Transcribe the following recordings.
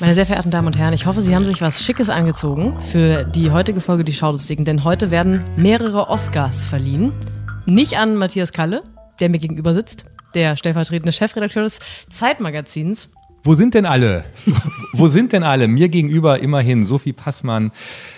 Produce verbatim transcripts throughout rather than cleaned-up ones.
Meine sehr verehrten Damen und Herren, ich hoffe, Sie haben sich was Schickes angezogen für die heutige Folge Die Schaulustigen, denn heute werden mehrere Oscars verliehen. Nicht an Matthias Kalle, der mir gegenüber sitzt, der stellvertretende Chefredakteur des Zeitmagazins. Wo sind denn alle? Wo sind denn alle? Mir gegenüber immerhin Sophie Passmann,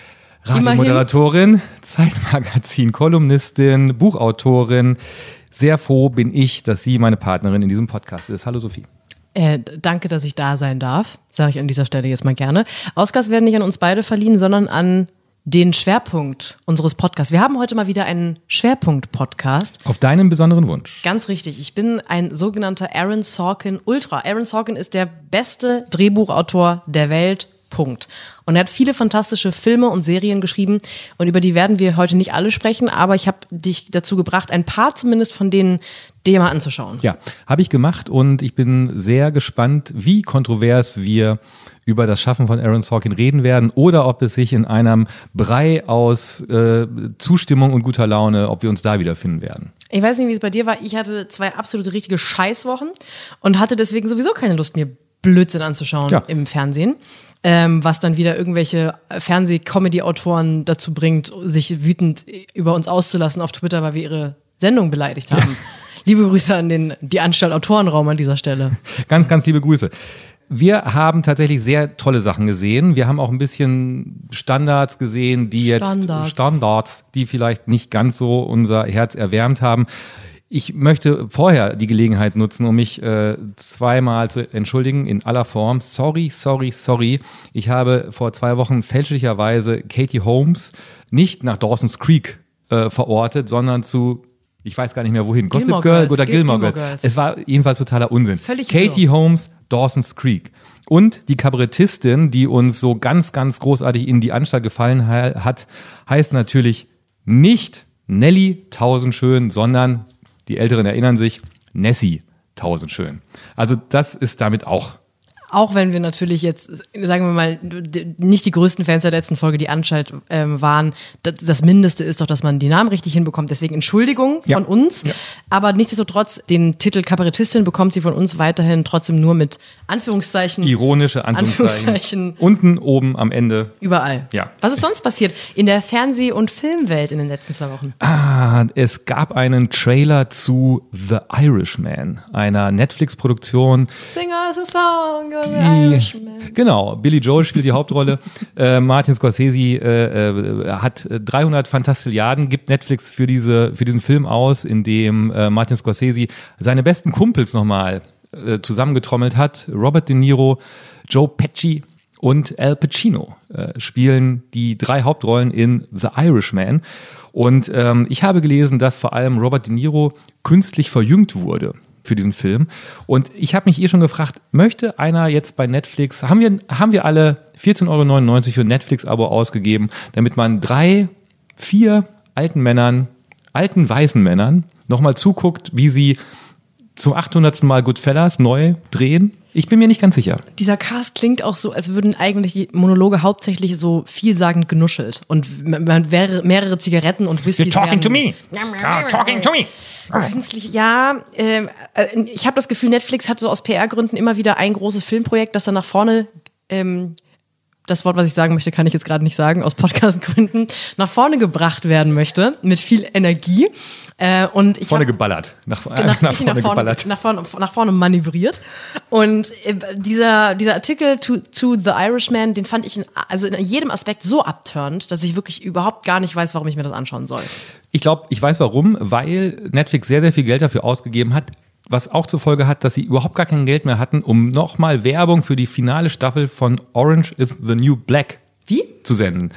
Radiomoderatorin, Zeitmagazin, Kolumnistin, Buchautorin. Sehr froh bin ich, dass sie meine Partnerin in diesem Podcast ist. Hallo Sophie. Äh, danke, dass ich da sein darf, sage ich an dieser Stelle jetzt mal gerne. Oscars werden nicht an uns beide verliehen, sondern an den Schwerpunkt unseres Podcasts. Wir haben heute mal wieder einen Schwerpunkt-Podcast. Auf deinen besonderen Wunsch. Ganz richtig. Ich bin ein sogenannter Aaron Sorkin Ultra. Aaron Sorkin ist der beste Drehbuchautor der Welt. Punkt. Und er hat viele fantastische Filme und Serien geschrieben und über die werden wir heute nicht alle sprechen, aber ich habe dich dazu gebracht, ein paar zumindest von denen dir mal anzuschauen. Ja, habe ich gemacht und ich bin sehr gespannt, wie kontrovers wir über das Schaffen von Aaron Sorkin reden werden oder ob es sich in einem Brei aus äh, Zustimmung und guter Laune, ob wir uns da wiederfinden werden. Ich weiß nicht, wie es bei dir war. Ich hatte zwei absolute richtige Scheißwochen und hatte deswegen sowieso keine Lust, mir Blödsinn anzuschauen ja. im Fernsehen. Ähm, was dann wieder irgendwelche Fernseh-Comedy-Autoren dazu bringt, sich wütend über uns auszulassen auf Twitter, weil wir ihre Sendung beleidigt haben. Ja. Liebe Grüße an den, die Anstalt Autorenraum an dieser Stelle. Ganz, ganz liebe Grüße. Wir haben tatsächlich sehr tolle Sachen gesehen. Wir haben auch ein bisschen Standards gesehen, die Standard. jetzt Standards, die vielleicht nicht ganz so unser Herz erwärmt haben. Ich möchte vorher die Gelegenheit nutzen, um mich äh, zweimal zu entschuldigen in aller Form. Sorry, sorry, sorry. Ich habe vor zwei Wochen fälschlicherweise Katie Holmes nicht nach Dawson's Creek äh, verortet, sondern zu, ich weiß gar nicht mehr wohin, Gilmore Gossip Girl Girls, oder Gil- Gilmore, Gilmore Girls. Girls. Es war jedenfalls totaler Unsinn. Völlig Katie irre. Holmes, Dawson's Creek. Und die Kabarettistin, die uns so ganz, ganz großartig in die Anstalt gefallen hat, heißt natürlich nicht Nelly Tausendschön, sondern die Älteren erinnern sich, Nessie Tausendschön. Also das ist damit auch. Auch wenn wir natürlich jetzt, sagen wir mal, nicht die größten Fans der letzten Folge, die Anstalt ähm, waren, das Mindeste ist doch, dass man die Namen richtig hinbekommt. Deswegen Entschuldigung ja. von uns. Ja. Aber nichtsdestotrotz, den Titel Kabarettistin bekommt sie von uns weiterhin trotzdem nur mit Anführungszeichen. Ironische Anführungszeichen. Anführungszeichen. Unten, oben, am Ende. Überall. Ja. Was ist sonst passiert in der Fernseh- und Filmwelt in den letzten zwei Wochen? Ah, es gab einen Trailer zu The Irishman, einer Netflix-Produktion. Sing us a song. Die, genau, Billy Joel spielt die Hauptrolle. äh, Martin Scorsese äh, äh, hat dreihundert Fantastilliarden, gibt Netflix für, diese, für diesen Film aus, in dem äh, Martin Scorsese seine besten Kumpels nochmal äh, zusammengetrommelt hat. Robert De Niro, Joe Pesci und Al Pacino äh, spielen die drei Hauptrollen in The Irishman. Und ähm, ich habe gelesen, dass vor allem Robert De Niro künstlich verjüngt wurde für diesen Film. Und ich habe mich eh schon gefragt, möchte einer jetzt bei Netflix, haben wir, haben wir alle vierzehn Euro neunundneunzig für ein Netflix-Abo ausgegeben, damit man drei, vier alten Männern, alten weißen Männern nochmal zuguckt, wie sie zum achthundertsten Mal Goodfellas neu drehen? Ich bin mir nicht ganz sicher. Dieser Cast klingt auch so, als würden eigentlich die Monologe hauptsächlich so vielsagend genuschelt und man wäre mehrere Zigaretten und Whiskys You're talking wären, to me. You're talking to me. Künstlich, ja. Äh, ich habe das Gefühl, Netflix hat so aus P R-Gründen immer wieder ein großes Filmprojekt, das dann nach vorne, ähm, das Wort, was ich sagen möchte, kann ich jetzt gerade nicht sagen, aus Podcast-Gründen, nach vorne gebracht werden möchte, mit viel Energie. Äh, und ich vorne hab, geballert. Nach, nach, nach, vorne, nach, vorne geballert. nach, vorne, nach vorne manövriert. Und äh, dieser, dieser Artikel to, to The Irishman, den fand ich in, also in jedem Aspekt so abturnt, dass ich wirklich überhaupt gar nicht weiß, warum ich mir das anschauen soll. Ich glaube, ich weiß warum, weil Netflix sehr, sehr viel Geld dafür ausgegeben hat, was auch zur Folge hat, dass sie überhaupt gar kein Geld mehr hatten, um nochmal Werbung für die finale Staffel von Orange is the New Black Wie? zu senden.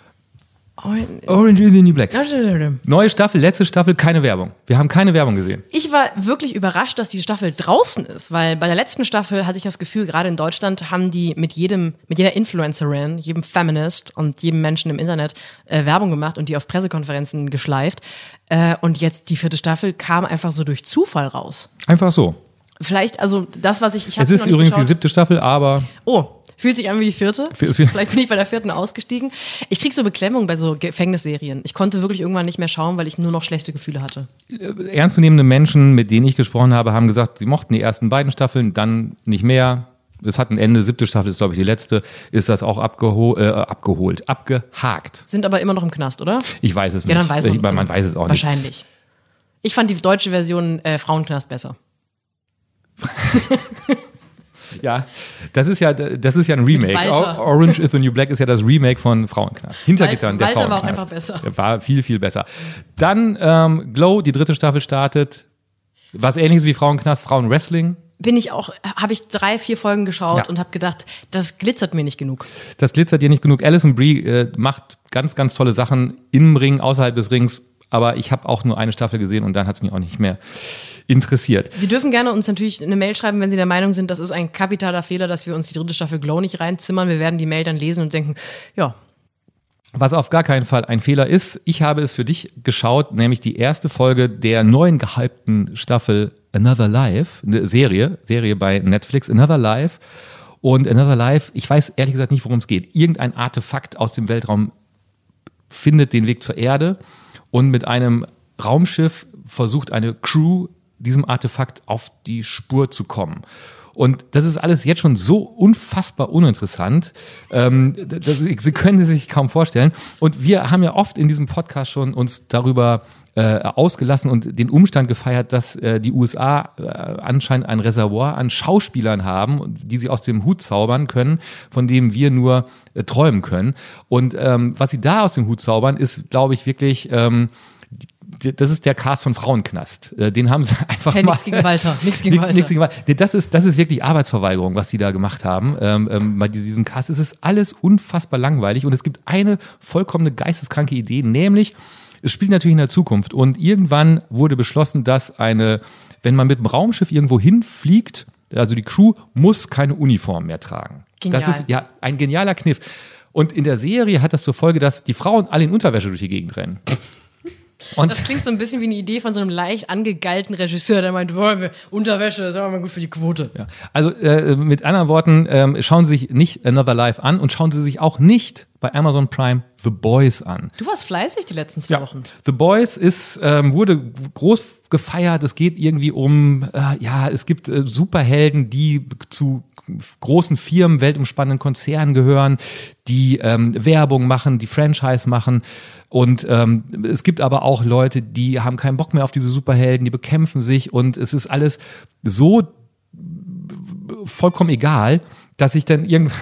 Orange, Orange is the New Black. Neue Staffel, letzte Staffel, keine Werbung. Wir haben keine Werbung gesehen. Ich war wirklich überrascht, dass die Staffel draußen ist, weil bei der letzten Staffel hatte ich das Gefühl, gerade in Deutschland haben die mit jedem, mit jeder Influencerin, jedem Feminist und jedem Menschen im Internet äh, Werbung gemacht und die auf Pressekonferenzen geschleift. Äh, und jetzt die vierte Staffel kam einfach so durch Zufall raus. Einfach so. Vielleicht, also das, was ich, ich Es ist übrigens die siebte Staffel, aber... Oh, fühlt sich an wie die vierte. Vielleicht bin ich bei der vierten ausgestiegen. Ich krieg so Beklemmung bei so Gefängnisserien. Ich konnte wirklich irgendwann nicht mehr schauen, weil ich nur noch schlechte Gefühle hatte. Ernstzunehmende Menschen, mit denen ich gesprochen habe, haben gesagt, sie mochten die ersten beiden Staffeln, dann nicht mehr. es hat ein Ende, siebte Staffel ist, glaube ich, die letzte, ist das auch abgeho- äh, abgeholt, abgehakt. Sind aber immer noch im Knast, oder? Ich weiß es ja, nicht. Dann weiß man, ich, man also weiß es auch wahrscheinlich. nicht. Wahrscheinlich. Ich fand die deutsche Version äh, Frauenknast besser. Ja, das ist ja, das ist ja ein Remake. Walter. Orange is the New Black ist ja das Remake von Frauenknast. Hintergittern, der Walter Frauenknast. war auch einfach besser. Der war viel, viel besser. Dann ähm, Glow, die dritte Staffel startet. Was ähnliches wie Frauenknast, Frauenwrestling. Bin ich auch, habe ich drei, vier Folgen geschaut Ja. und habe gedacht, das glitzert mir nicht genug. Das glitzert dir nicht genug. Alison Brie äh, macht ganz, ganz tolle Sachen im Ring, außerhalb des Rings. Aber ich habe auch nur eine Staffel gesehen und dann hat es mich auch nicht mehr interessiert. Sie dürfen gerne uns natürlich eine Mail schreiben, wenn Sie der Meinung sind, das ist ein kapitaler Fehler, dass wir uns die dritte Staffel Glow nicht reinzimmern. Wir werden die Mail dann lesen und denken, ja. Was auf gar keinen Fall ein Fehler ist, ich habe es für dich geschaut, nämlich die erste Folge der neuen gehypten Staffel Another Life, eine Serie, Serie bei Netflix, Another Life. Und Another Life, ich weiß ehrlich gesagt nicht, worum es geht. Irgendein Artefakt aus dem Weltraum findet den Weg zur Erde und mit einem Raumschiff versucht eine Crew, diesem Artefakt auf die Spur zu kommen. Und das ist alles jetzt schon so unfassbar uninteressant. Ähm, das, Sie können es sich kaum vorstellen. Und wir haben ja oft in diesem Podcast schon uns darüber äh, ausgelassen und den Umstand gefeiert, dass äh, die U S A äh, anscheinend ein Reservoir an Schauspielern haben, die sie aus dem Hut zaubern können, von dem wir nur äh, träumen können. Und ähm, was sie da aus dem Hut zaubern, ist, glaube ich, wirklich... Ähm, das ist der Cast von Frauenknast. Den haben sie einfach hey, mal... Nichts gegen Walter. Nichts gegen Walter. Nix gegen Walter. Das ist, das ist wirklich Arbeitsverweigerung, was sie da gemacht haben. Ähm, ähm, bei diesem Cast. Es ist alles unfassbar langweilig und es gibt eine vollkommene geisteskranke Idee, nämlich, es spielt natürlich in der Zukunft und irgendwann wurde beschlossen, dass eine, wenn man mit dem Raumschiff irgendwo hinfliegt, also die Crew muss keine Uniform mehr tragen. Genial. Das ist ja ein genialer Kniff. Und in der Serie hat das zur Folge, dass die Frauen alle in Unterwäsche durch die Gegend rennen. Und das klingt so ein bisschen wie eine Idee von so einem leicht angegeilten Regisseur, der meint, wollen wir Unterwäsche, das ist aber gut für die Quote. Ja. Also äh, mit anderen Worten, ähm, schauen Sie sich nicht Another Life an und schauen Sie sich auch nicht bei Amazon Prime The Boys an. Du warst fleißig die letzten zwei Ja. Wochen. The Boys ist, ähm, wurde groß gefeiert. Es geht irgendwie um, äh, ja, es gibt äh, Superhelden, die zu großen Firmen, weltumspannenden Konzernen gehören, die ähm, Werbung machen, die Franchise machen. Und ähm, es gibt aber auch Leute, die haben keinen Bock mehr auf diese Superhelden, die bekämpfen sich und es ist alles so vollkommen egal, dass ich dann irgendwann...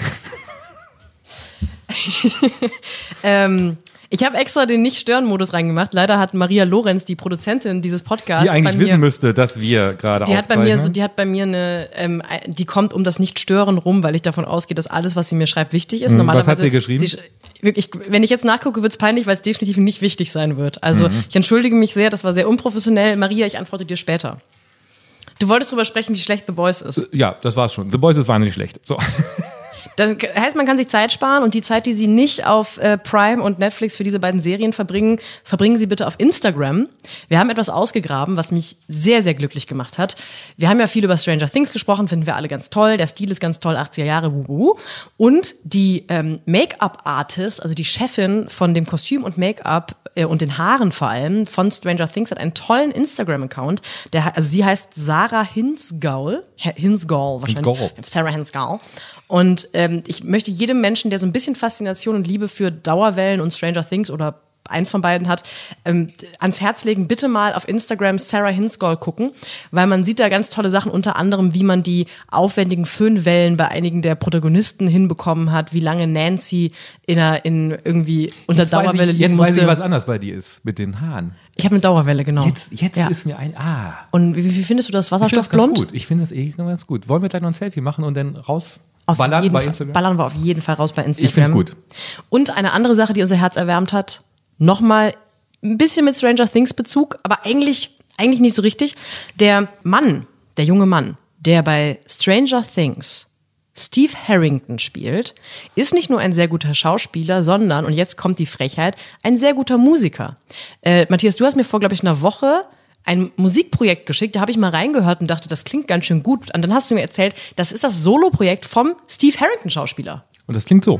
ähm, ich habe extra den Nicht-Stören-Modus reingemacht. Leider hat Maria Lorenz, die Produzentin dieses Podcasts, Die eigentlich bei mir, wissen müsste, dass wir gerade die hat bei mir so, aufzeichnen. die hat bei mir eine, ähm, die kommt um das Nicht-Stören rum, weil ich davon ausgehe, dass alles, was sie mir schreibt, wichtig ist. Mhm, Normalerweise, was hat sie geschrieben? Sie, wirklich, wenn ich jetzt nachgucke, wird es peinlich, weil es definitiv nicht wichtig sein wird. Also Mhm. ich entschuldige mich sehr, das war sehr unprofessionell. Maria, ich antworte dir später. Du wolltest darüber sprechen, wie schlecht The Boys ist. Ja, das war's schon. The Boys ist wahnsinnig schlecht. So. Das heißt, man kann sich Zeit sparen und die Zeit, die Sie nicht auf äh, Prime und Netflix für diese beiden Serien verbringen, verbringen Sie bitte auf Instagram. Wir haben etwas ausgegraben, was mich sehr, sehr glücklich gemacht hat. Wir haben ja viel über Stranger Things gesprochen, finden wir alle ganz toll. Der Stil ist ganz toll, achtziger Jahre, wuhu. Und die ähm, Make-up-Artist, also die Chefin von dem Kostüm und Make-up äh, und den Haaren vor allem von Stranger Things, hat einen tollen Instagram-Account. Der, also sie heißt Sarah Hinsgaul. Hinsgaul wahrscheinlich. Hinsgaul. Sarah Hinsgaul. Und ähm, ich möchte jedem Menschen, der so ein bisschen Faszination und Liebe für Dauerwellen und Stranger Things oder eins von beiden hat, ähm, ans Herz legen, bitte mal auf Instagram Sarah Hinsgaul gucken, weil man sieht da ganz tolle Sachen, unter anderem, wie man die aufwendigen Föhnwellen bei einigen der Protagonisten hinbekommen hat, wie lange Nancy in, einer, in irgendwie unter Jetzt weiß Dauerwelle ich, liegen jetzt musste. weiß ich, was anders bei dir ist mit den Haaren. Ich habe eine Dauerwelle, genau. Jetzt, jetzt Ja. ist mir ein Ah. Und wie, wie findest du das Ich finde das ganz Wasserstoffblond? gut. Ich finde das eh ganz gut. Wollen wir gleich noch ein Selfie machen und dann raus Auf ballern jeden bei Fall, Instagram? ballern wir auf jeden Fall raus bei Instagram. Ich find's gut. Und eine andere Sache, die unser Herz erwärmt hat, nochmal ein bisschen mit Stranger Things Bezug, aber eigentlich, eigentlich nicht so richtig. Der Mann, der junge Mann, der bei Stranger Things Steve Harrington spielt, ist nicht nur ein sehr guter Schauspieler, sondern, und jetzt kommt die Frechheit, ein sehr guter Musiker. Äh, Matthias, du hast mir vor, glaube ich, einer Woche ein Musikprojekt geschickt, da habe ich mal reingehört und dachte, das klingt ganz schön gut. Und dann hast du mir erzählt, das ist das Soloprojekt vom Steve Harrington-Schauspieler. Und das klingt so.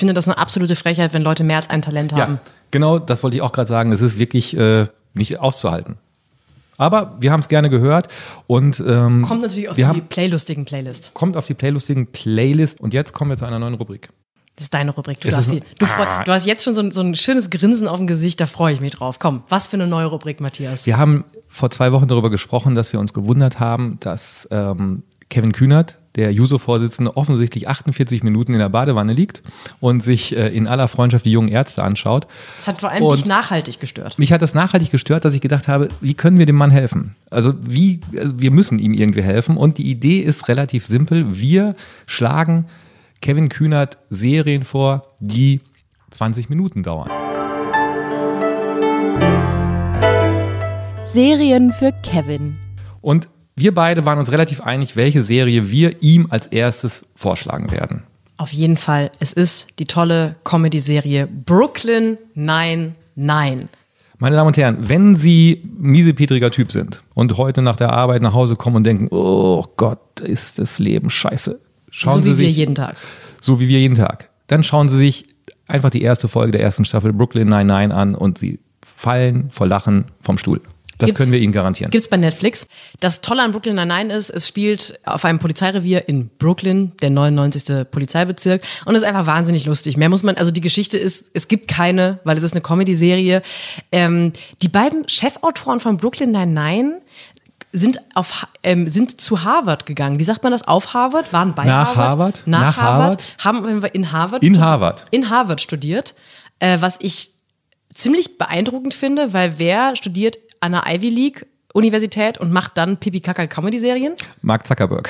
finde das eine absolute Frechheit, wenn Leute mehr als ein Talent haben. Ja, genau, das wollte ich auch gerade sagen. Es ist wirklich äh, nicht auszuhalten. Aber wir haben es gerne gehört und ähm, kommt natürlich auf die haben, playlustigen Playlist. Kommt auf die playlustigen Playlist und jetzt kommen wir zu einer neuen Rubrik. Das ist deine Rubrik. Du, darfst die, du, ah. du hast jetzt schon so ein, so ein schönes Grinsen auf dem Gesicht, da freue ich mich drauf. Komm, was für eine neue Rubrik, Matthias? Wir haben vor zwei Wochen darüber gesprochen, dass wir uns gewundert haben, dass ähm, Kevin Kühnert, der Juso-Vorsitzende, offensichtlich achtundvierzig Minuten in der Badewanne liegt und sich äh, in aller Freundschaft die jungen Ärzte anschaut. Das hat vor allem und dich nachhaltig gestört. Mich hat das nachhaltig gestört, dass ich gedacht habe, wie können wir dem Mann helfen? Also wie, also wir müssen ihm irgendwie helfen und die Idee ist relativ simpel. Wir schlagen Kevin Kühnert Serien vor, die zwanzig Minuten dauern. Serien für Kevin. Und wir beide waren uns relativ einig, welche Serie wir ihm als erstes vorschlagen werden. Auf jeden Fall. Es ist die tolle Comedy-Serie Brooklyn Nine-Nine. Meine Damen und Herren, wenn Sie miesepetriger Typ sind und heute nach der Arbeit nach Hause kommen und denken, oh Gott, ist das Leben scheiße. Schauen so wie Sie sich, wir jeden Tag. So wie wir jeden Tag. Dann schauen Sie sich einfach die erste Folge der ersten Staffel Brooklyn Nine-Nine an und Sie fallen vor Lachen vom Stuhl. Das gibt's, können wir Ihnen garantieren. Gibt's bei Netflix. Das Tolle an Brooklyn Nine-Nine ist, es spielt auf einem Polizeirevier in Brooklyn, der neunundneunzigste Polizeibezirk. Und es ist einfach wahnsinnig lustig. Mehr muss man, also die Geschichte ist, es gibt keine, weil es ist eine Comedy-Serie. Ähm, die beiden Chefautoren von Brooklyn Nine-Nine sind auf ähm, sind zu Harvard gegangen. Wie sagt man das? Auf Harvard? Waren bei Nach Harvard? Harvard? Nach, Nach Harvard? Harvard? Haben wir in Harvard In studi- Harvard. In Harvard studiert. Äh, was ich ziemlich beeindruckend finde, weil wer studiert an einer Ivy League Universität und macht dann Pipi-Kaka-Comedy-Serien? Mark Zuckerberg.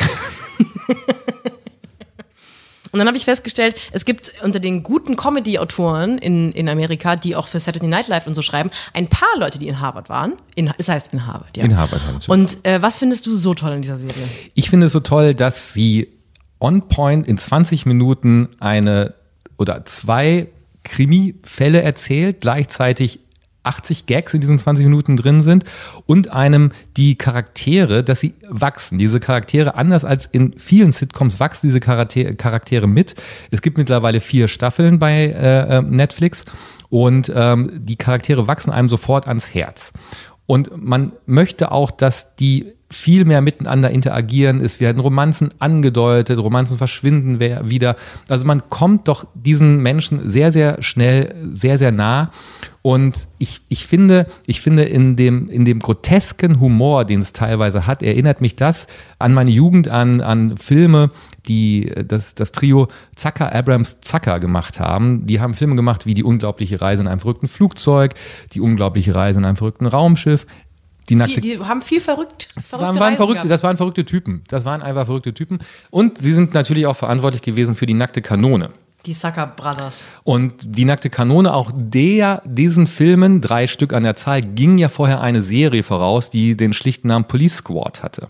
Und dann habe ich festgestellt, es gibt unter den guten Comedy-Autoren in, in Amerika, die auch für Saturday Night Live und so schreiben, ein paar Leute, die in Harvard waren. In, es heißt in Harvard, ja. In Harvard. Harvard. Und äh, was findest du so toll in dieser Serie? Ich finde es so toll, dass sie on point in zwanzig Minuten eine oder zwei Krimi-Fälle erzählt, gleichzeitig achtzig Gags in diesen zwanzig Minuten drin sind und einem die Charaktere, dass sie wachsen. Diese Charaktere, anders als in vielen Sitcoms, wachsen diese Charaktere, Charaktere mit. Es gibt mittlerweile vier Staffeln bei äh, Netflix und ähm, die Charaktere wachsen einem sofort ans Herz. Und man möchte auch, dass die viel mehr miteinander interagieren. Es werden Romanzen angedeutet, Romanzen verschwinden wieder. Also man kommt doch diesen Menschen sehr, sehr schnell, sehr, sehr nah. Und ich, ich finde, ich finde in dem, in dem grotesken Humor, den es teilweise hat, erinnert mich das an meine Jugend, an, an Filme, die das, das Trio Zucker, Abrams, Zucker gemacht haben. Die haben Filme gemacht wie Die unglaubliche Reise in einem verrückten Flugzeug, Die unglaubliche Reise in einem verrückten Raumschiff. Die, nackte, viel, die haben viel verrückt, verrückte waren, waren verrückte, gehabt. Das waren verrückte Typen. Das waren einfach verrückte Typen. Und sie sind natürlich auch verantwortlich gewesen für Die nackte Kanone. Die Zucker Brothers. Und Die nackte Kanone, auch der, diesen Filmen, drei Stück an der Zahl, ging ja vorher eine Serie voraus, die den schlichten Namen Police Squad hatte.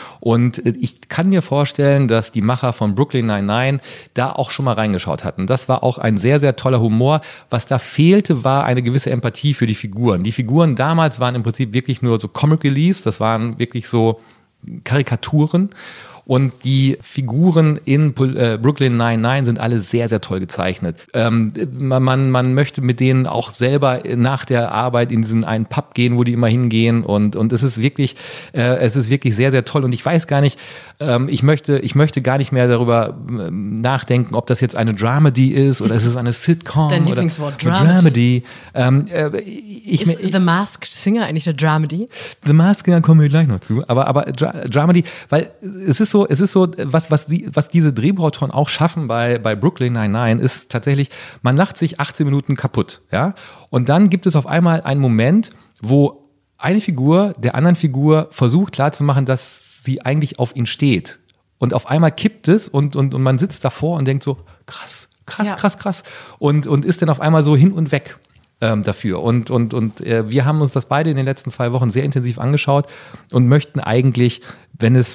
Und ich kann mir vorstellen, dass die Macher von Brooklyn Nine-Nine da auch schon mal reingeschaut hatten. Das war auch ein sehr, sehr toller Humor. Was da fehlte, war eine gewisse Empathie für die Figuren. Die Figuren damals waren im Prinzip wirklich nur so Comic Reliefs, das waren wirklich so Karikaturen. Und die Figuren in äh, Brooklyn Nine-Nine sind alle sehr, sehr toll gezeichnet. Ähm, man, man, man möchte mit denen auch selber nach der Arbeit in diesen einen Pub gehen, wo die immer hingehen. Und, und es ist wirklich, äh, es ist wirklich sehr, sehr toll. Und ich weiß gar nicht, ähm, ich möchte, ich möchte gar nicht mehr darüber ähm, nachdenken, ob das jetzt eine Dramedy ist oder ist es eine Sitcom. Dein oder Lieblingswort, Dramedy. Ähm, äh, ich, ist ich, The Masked Singer eigentlich eine Dramedy? The Masked Singer kommen wir gleich noch zu. Aber, aber Dra- Dramedy, weil es ist so, es ist so, was, was, die, was diese Drehbuchautoren auch schaffen bei, bei Brooklyn Nine-Nine, ist tatsächlich, man lacht sich achtzehn Minuten kaputt, ja. Und dann gibt es auf einmal einen Moment, wo eine Figur der anderen Figur versucht klarzumachen, dass sie eigentlich auf ihn steht. Und auf einmal kippt es und, und, und man sitzt davor und denkt so, krass, krass, ja. krass, krass. Und, und ist dann auf einmal so hin und weg. Ähm, dafür. Und, und, und äh, wir haben uns das beide in den letzten zwei Wochen sehr intensiv angeschaut und möchten eigentlich, wenn es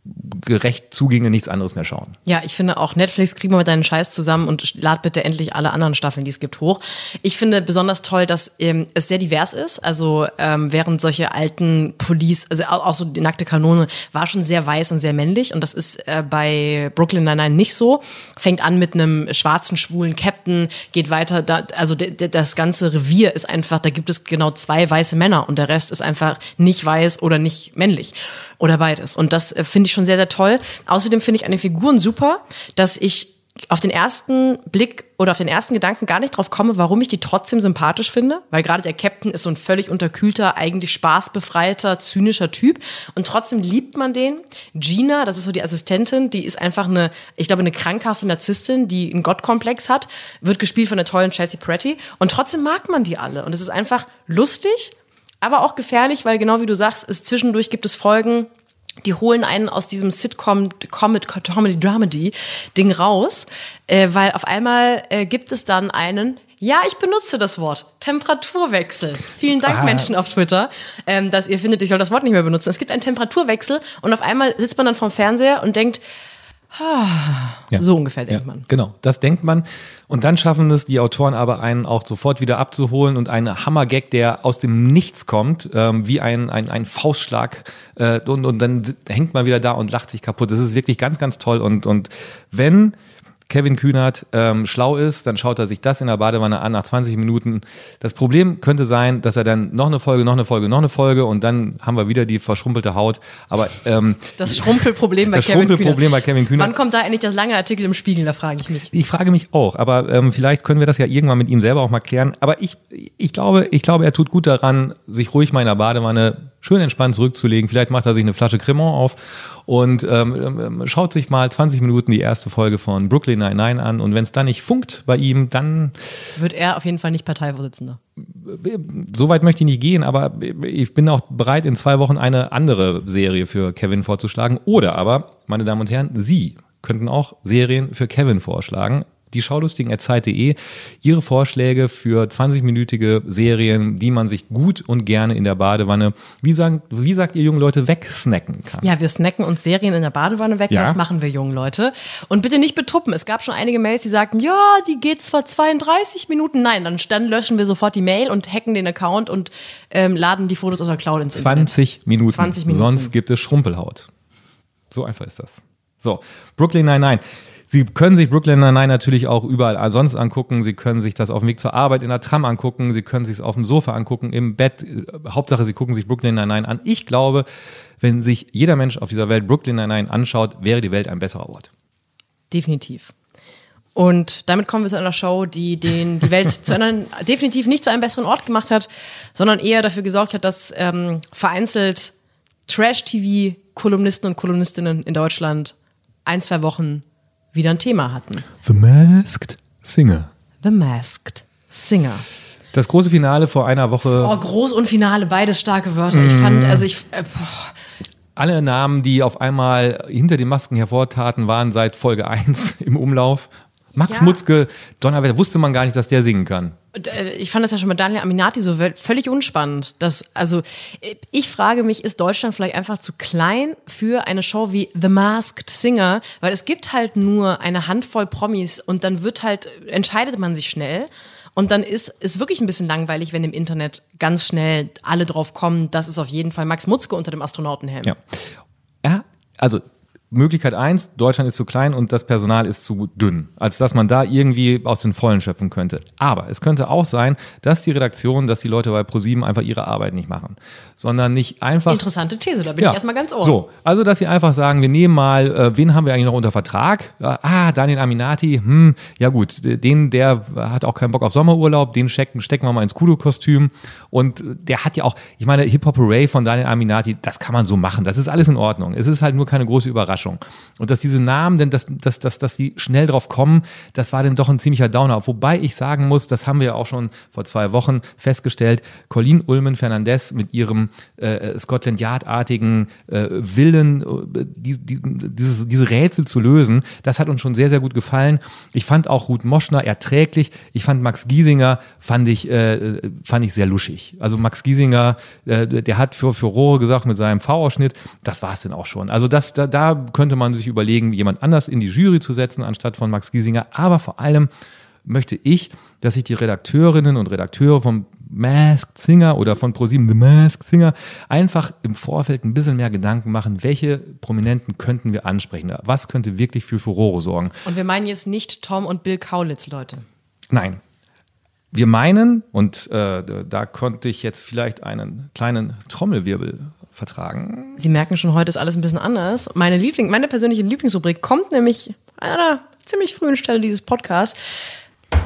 gerecht zuginge, nichts anderes mehr schauen. Ja, ich finde auch, Netflix, krieg mal mit deinen Scheiß zusammen und lad bitte endlich alle anderen Staffeln, die es gibt, hoch. Ich finde besonders toll, dass ähm, es sehr divers ist. Also ähm, während solche alten Police, also auch, auch so die nackte Kanone, war schon sehr weiß und sehr männlich. Und das ist äh, bei Brooklyn Nine-Nine nicht so. Fängt an mit einem schwarzen, schwulen Captain, geht weiter. Da, also de, de, das ganze Revier ist einfach, da gibt es genau zwei weiße Männer und der Rest ist einfach nicht weiß oder nicht männlich. Oder beides. Und das äh, finde ich schon sehr, sehr toll. Außerdem finde ich an den Figuren super, dass ich auf den ersten Blick oder auf den ersten Gedanken gar nicht drauf komme, warum ich die trotzdem sympathisch finde, weil gerade der Captain ist so ein völlig unterkühlter, eigentlich spaßbefreiter, zynischer Typ und trotzdem liebt man den. Gina, das ist so die Assistentin, die ist einfach eine, ich glaube, eine krankhafte Narzisstin, die einen Gottkomplex hat, wird gespielt von der tollen Chelsea Peretti und trotzdem mag man die alle und es ist einfach lustig, aber auch gefährlich, weil genau wie du sagst, es zwischendurch gibt es Folgen, die holen einen aus diesem Sitcom, Comedy, Dramedy-Ding raus, äh, weil auf einmal äh, gibt es dann einen, ja, ich benutze das Wort, Temperaturwechsel. Vielen Dank, ah. Menschen auf Twitter, ähm, dass ihr findet, ich soll das Wort nicht mehr benutzen. Es gibt einen Temperaturwechsel und auf einmal sitzt man dann vorm Fernseher und denkt, ah, ja. so ungefähr denkt ja, man. Genau, das denkt man. Und dann schaffen es die Autoren aber, einen auch sofort wieder abzuholen und einen Hammergag, der aus dem Nichts kommt, ähm, wie ein, ein, ein Faustschlag. Äh, und, und dann hängt man wieder da und lacht sich kaputt. Das ist wirklich ganz, ganz toll. Und, und wenn Kevin Kühnert ähm, schlau ist, dann schaut er sich das in der Badewanne an nach zwanzig Minuten. Das Problem könnte sein, dass er dann noch eine Folge, noch eine Folge, noch eine Folge und dann haben wir wieder die verschrumpelte Haut. Aber ähm, das Schrumpelproblem bei, das Kevin Schrumpelproblem bei Kevin Kühnert. Wann kommt da endlich das lange Artikel im Spiegel? Da frage ich mich. Ich frage mich auch, aber ähm, vielleicht können wir das ja irgendwann mit ihm selber auch mal klären. Aber ich, ich glaube, ich glaube, er tut gut daran, sich ruhig mal in der Badewanne schön entspannt zurückzulegen. Vielleicht macht er sich eine Flasche Cremant auf und ähm, schaut sich mal zwanzig Minuten die erste Folge von Brooklyn Nine-Nine an. Und wenn es dann nicht funkt bei ihm, dann wird er auf jeden Fall nicht Parteivorsitzender. So weit möchte ich nicht gehen, aber ich bin auch bereit, in zwei Wochen eine andere Serie für Kevin vorzuschlagen. Oder aber, meine Damen und Herren, Sie könnten auch Serien für Kevin vorschlagen. Die Schaulustigen at zeit punkt de, ihre Vorschläge für zwanzig-minütige Serien, die man sich gut und gerne in der Badewanne, wie, sagen, wie sagt ihr jungen Leute, wegsnacken kann. Ja, wir snacken uns Serien in der Badewanne weg, ja. Das machen wir jungen Leute. Und bitte nicht betuppen, es gab schon einige Mails, die sagten, ja, die geht zwar zweiunddreißig Minuten, nein, dann, dann löschen wir sofort die Mail und hacken den Account und ähm, laden die Fotos aus der Cloud ins zwanzig Internet. Minuten, zwanzig Minuten, sonst gibt es Schrumpelhaut. So einfach ist das. So, Brooklyn Nine-Nine. Sie können sich Brooklyn Nine-Nine natürlich auch überall sonst angucken. Sie können sich das auf dem Weg zur Arbeit in der Tram angucken. Sie können sich es auf dem Sofa angucken, im Bett. Hauptsache, Sie gucken sich Brooklyn Nine-Nine an. Ich glaube, wenn sich jeder Mensch auf dieser Welt Brooklyn Nine-Nine anschaut, wäre die Welt ein besserer Ort. Definitiv. Und damit kommen wir zu einer Show, die den, die Welt zu einer, definitiv nicht zu einem besseren Ort gemacht hat, sondern eher dafür gesorgt hat, dass ähm, vereinzelt Trash-T V-Kolumnisten und Kolumnistinnen in Deutschland ein, zwei Wochen wieder ein Thema hatten. The Masked Singer. The Masked Singer. Das große Finale vor einer Woche. Oh, groß und Finale, beides starke Wörter. Ich fand, also ich... Äh, Alle Namen, die auf einmal hinter den Masken hervortaten, waren seit Folge eins im Umlauf. Max ja. Mutzke, Donnerwetter, wusste man gar nicht, dass der singen kann. Ich fand das ja schon mit Daniel Aminati so völlig unspannend. Dass, also ich frage mich, ist Deutschland vielleicht einfach zu klein für eine Show wie The Masked Singer? Weil es gibt halt nur eine Handvoll Promis und dann wird halt, entscheidet man sich schnell. Und dann ist es wirklich ein bisschen langweilig, wenn im Internet ganz schnell alle drauf kommen, das ist auf jeden Fall Max Mutzke unter dem Astronautenhelm. Ja, ja also Möglichkeit eins, Deutschland ist zu klein und das Personal ist zu dünn, als dass man da irgendwie aus den Vollen schöpfen könnte. Aber es könnte auch sein, dass die Redaktion, dass die Leute bei ProSieben einfach ihre Arbeit nicht machen, sondern nicht einfach... Interessante These, da bin ja. ich erstmal ganz ohr. So, also dass sie einfach sagen, wir nehmen mal, äh, wen haben wir eigentlich noch unter Vertrag? Ah, Daniel Aminati, hm, ja gut, den, der hat auch keinen Bock auf Sommerurlaub, den stecken, stecken wir mal ins Kudo-Kostüm und der hat ja auch, ich meine, Hip-Hop-Hooray von Daniel Aminati, das kann man so machen, das ist alles in Ordnung. Es ist halt nur keine große Überraschung. Überraschung. Und dass diese Namen, denn dass, dass, dass, dass die schnell drauf kommen, das war dann doch ein ziemlicher Downer. Wobei ich sagen muss, das haben wir ja auch schon vor zwei Wochen festgestellt, Colleen Ullman-Fernandez mit ihrem äh, Scotland Yard-artigen äh, Willen, äh, die, die, dieses, diese Rätsel zu lösen, das hat uns schon sehr, sehr gut gefallen. Ich fand auch Ruth Moschner erträglich. Ich fand Max Giesinger, fand ich, äh, fand ich sehr luschig. Also Max Giesinger, äh, der hat für Furore gesagt mit seinem V-Ausschnitt, das war es denn auch schon. Also das, da, da könnte man sich überlegen, jemand anders in die Jury zu setzen, anstatt von Max Giesinger. Aber vor allem möchte ich, dass sich die Redakteurinnen und Redakteure vom Masked Singer oder von ProSieben The Masked Singer einfach im Vorfeld ein bisschen mehr Gedanken machen, welche Prominenten könnten wir ansprechen. Was könnte wirklich für Furore sorgen? Und wir meinen jetzt nicht Tom und Bill Kaulitz, Leute. Nein. Wir meinen, und äh, da konnte ich jetzt vielleicht einen kleinen Trommelwirbel vertragen. Sie merken schon, heute ist alles ein bisschen anders. Meine Liebling, meine persönliche Lieblingsrubrik kommt nämlich an einer ziemlich frühen Stelle dieses Podcasts.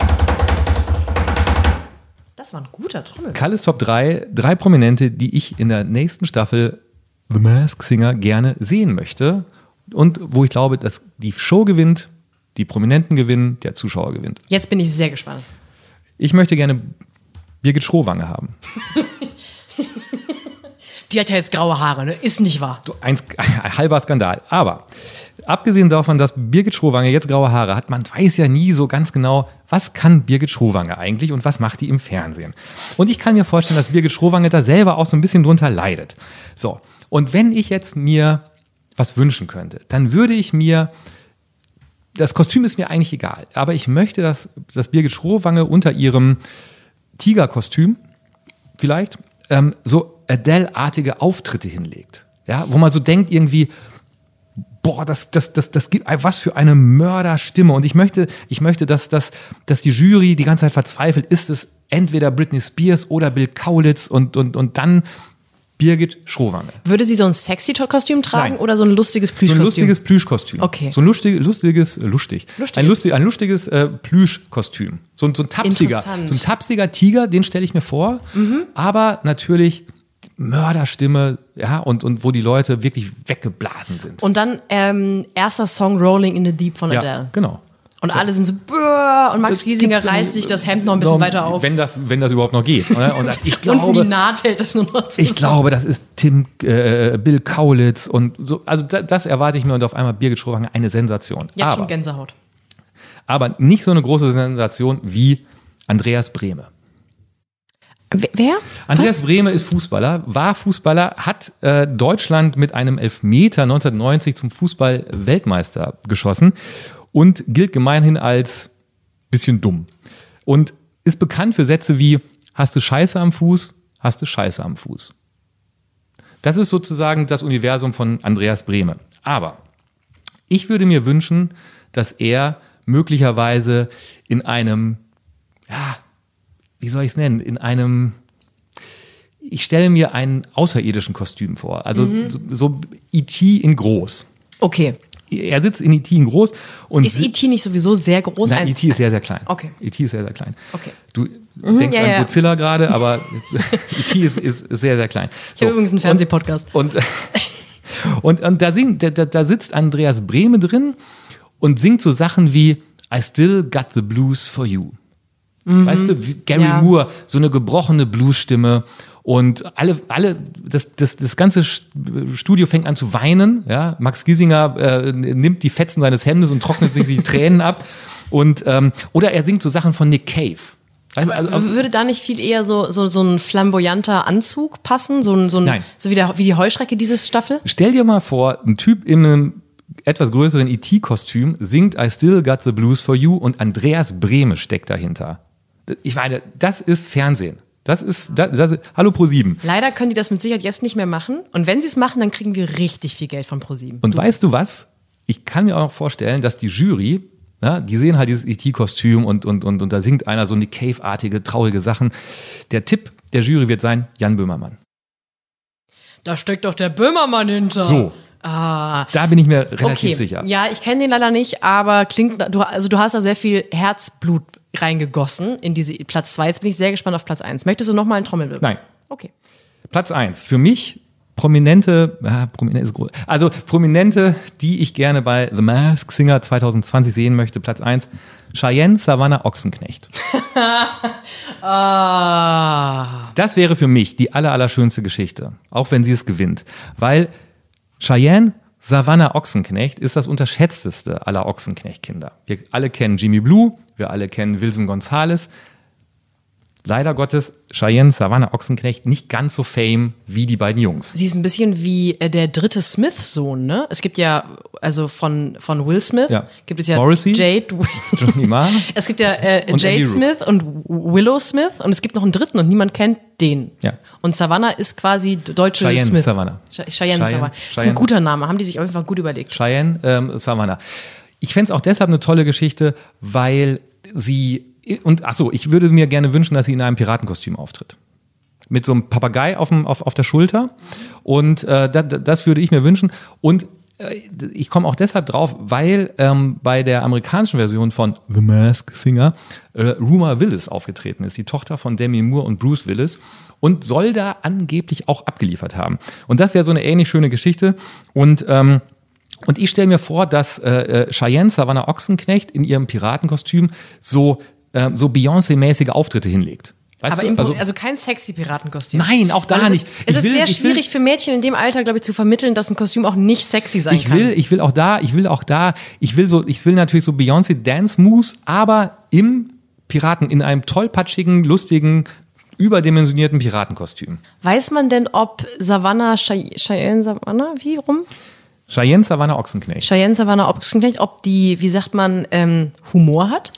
Das war ein guter Trommelwirbel. Kalles Top drei, drei Prominente, die ich in der nächsten Staffel The Masked Singer gerne sehen möchte. Und wo ich glaube, dass die Show gewinnt, die Prominenten gewinnen, der Zuschauer gewinnt. Jetzt bin ich sehr gespannt. Ich möchte gerne Birgit Schrowange haben. Die hat ja jetzt graue Haare, ne? Ist nicht wahr. So ein, ein halber Skandal. Aber abgesehen davon, dass Birgit Schrowange jetzt graue Haare hat, man weiß ja nie so ganz genau, was kann Birgit Schrowange eigentlich und was macht die im Fernsehen. Und ich kann mir vorstellen, dass Birgit Schrowange da selber auch so ein bisschen drunter leidet. So, und wenn ich jetzt mir was wünschen könnte, dann würde ich mir, das Kostüm ist mir eigentlich egal, aber ich möchte, dass, dass Birgit Schrowange unter ihrem Tigerkostüm vielleicht ähm, so Adele-artige Auftritte hinlegt. Ja, wo man so denkt irgendwie, boah, das, das, das, das gibt was für eine Mörderstimme. Und ich möchte, ich möchte, dass, dass, dass die Jury die ganze Zeit verzweifelt, ist es entweder Britney Spears oder Bill Kaulitz und, und, und dann Birgit Schrowange. Würde sie so ein sexy Kostüm tragen? Nein. Oder so ein lustiges Plüschkostüm? So ein lustiges Plüschkostüm. Okay. So ein lustig, lustiges, lustig. lustig. Ein, lustig, ein lustiges äh, Plüschkostüm. So, so ein tapsiger, so ein tapsiger Tiger, den stelle ich mir vor. Mhm. Aber natürlich Mörderstimme, ja, und, und wo die Leute wirklich weggeblasen sind. Und dann ähm, erster Song Rolling in the Deep von Adele. Ja, genau. Und alle sind so, und Max Giesinger reißt sich das Hemd noch ein bisschen noch, weiter auf. Wenn das, wenn das überhaupt noch geht. Oder? Und ich glaube, und die Naht hält das nur noch zusammen. Ich glaube, das ist Tim, äh, Bill Kaulitz und so. Also das, das erwarte ich mir und auf einmal Birgit Schrowange, eine Sensation. Jetzt aber, schon Gänsehaut. Aber nicht so eine große Sensation wie Andreas Brehme. Wer? Andreas Was? Brehme ist Fußballer, war Fußballer, hat äh, Deutschland mit einem Elfmeter neunzehnhundertneunzig zum Fußball-Weltmeister geschossen und gilt gemeinhin als bisschen dumm. Und ist bekannt für Sätze wie, hast du Scheiße am Fuß, hast du Scheiße am Fuß. Das ist sozusagen das Universum von Andreas Brehme. Aber ich würde mir wünschen, dass er möglicherweise in einem, ja, wie soll ich es nennen, in einem, ich stelle mir einen außerirdischen Kostüm vor, also mhm. so, so E T in groß. Okay. Er sitzt in E T in groß. Und ist E T nicht sowieso sehr groß? Nein, E T ist sehr, sehr klein. Okay. E T ist sehr, sehr klein. Okay. Du mhm, denkst ja, an ja. Godzilla gerade, aber E T ist, ist, ist sehr, sehr klein. Ich so. habe übrigens einen Fernsehpodcast. Und, und, und, und da, singt, da, da sitzt Andreas Brehme drin und singt so Sachen wie I still got the blues for you. Mhm. Weißt du, wie Gary ja. Moore, so eine gebrochene Bluesstimme und alle, alle, das, das, das ganze Studio fängt an zu weinen, ja. Max Giesinger äh, nimmt die Fetzen seines Hemdes und trocknet sich die Tränen ab und, ähm, oder er singt so Sachen von Nick Cave. Also, also, würde da nicht viel eher so, so, so ein flamboyanter Anzug passen? So ein, so ein, Nein. So wie, der, wie die Heuschrecke dieses Staffel? Stell dir mal vor, ein Typ in einem etwas größeren E T-Kostüm singt I still got the blues for you und Andreas Brehme steckt dahinter. Ich meine, das ist Fernsehen. Das ist, das, das ist hallo ProSieben. Leider können die das mit Sicherheit jetzt nicht mehr machen. Und wenn sie es machen, dann kriegen wir richtig viel Geld von ProSieben. Und du. Weißt du was? Ich kann mir auch vorstellen, dass die Jury, ja, die sehen halt dieses E T-Kostüm und, und, und, und da singt einer so Nick Cave-artige, traurige Sachen. Der Tipp der Jury wird sein, Jan Böhmermann. Da steckt doch der Böhmermann hinter. So. Ah. Da bin ich mir relativ okay. sicher. Ja, ich kenne den leider nicht, aber klingt, du, also du hast da sehr viel Herzblut reingegossen in diese Platz zwei. Jetzt bin ich sehr gespannt auf Platz eins. Möchtest du nochmal einen Trommelwirbel? Nein. Okay. Platz eins. Für mich Prominente, ah, Prominente ist groß, also Prominente, die ich gerne bei The Masked Singer zwanzig zwanzig sehen möchte. Platz eins, Cheyenne Savannah Ochsenknecht. ah. Das wäre für mich die aller, allerschönste Geschichte, auch wenn sie es gewinnt. Weil Cheyenne Savannah Ochsenknecht ist das unterschätzteste aller Ochsenknecht-Kinder. Wir alle kennen Jimmy Blue, wir alle kennen Wilson Gonzalez. Leider Gottes, Cheyenne Savannah Ochsenknecht nicht ganz so fame wie die beiden Jungs. Sie ist ein bisschen wie äh, der dritte Smith-Sohn, ne? Es gibt ja, also von, von Will Smith, ja. gibt es ja Morrissey, Jade, Johnny Marr. Es gibt ja äh, Jade Smith und Willow Smith und es gibt noch einen dritten und niemand kennt den. Ja. Und Savannah ist quasi deutsche Cheyenne Smith. Savannah. Cheyenne, Cheyenne Savannah. Das ist ein guter Name, haben die sich auf jeden Fall gut überlegt. Cheyenne ähm, Savannah. Ich fände es auch deshalb eine tolle Geschichte, weil sie Und ach so, ich würde mir gerne wünschen, dass sie in einem Piratenkostüm auftritt. Mit so einem Papagei auf, dem, auf, auf der Schulter. Und äh, das, das würde ich mir wünschen. Und äh, ich komme auch deshalb drauf, weil ähm, bei der amerikanischen Version von The Masked Singer äh, Rumer Willis aufgetreten ist. Die Tochter von Demi Moore und Bruce Willis. Und soll da angeblich auch abgeliefert haben. Und das wäre so eine ähnlich schöne Geschichte. Und ähm, Und ich stelle mir vor, dass äh, Cheyenne Savannah Ochsenknecht in ihrem Piratenkostüm so so Beyoncé-mäßige Auftritte hinlegt. Weißt aber du? Im, also, also kein sexy Piratenkostüm. Nein, auch da es nicht. Ist, es ich ist will, sehr ich schwierig will, für Mädchen in dem Alter, glaube ich, zu vermitteln, dass ein Kostüm auch nicht sexy sein ich kann. Will, ich will auch da, ich will auch da, ich will so, ich will natürlich so Beyoncé-Dance-Moves, aber im Piraten, in einem tollpatschigen, lustigen, überdimensionierten Piratenkostüm. Weiß man denn, ob Savannah, Chey- Cheyenne Savannah, wie rum? Cheyenne Savannah Ochsenknecht. Cheyenne Savannah Ochsenknecht, ob die, wie sagt man, ähm, Humor hat?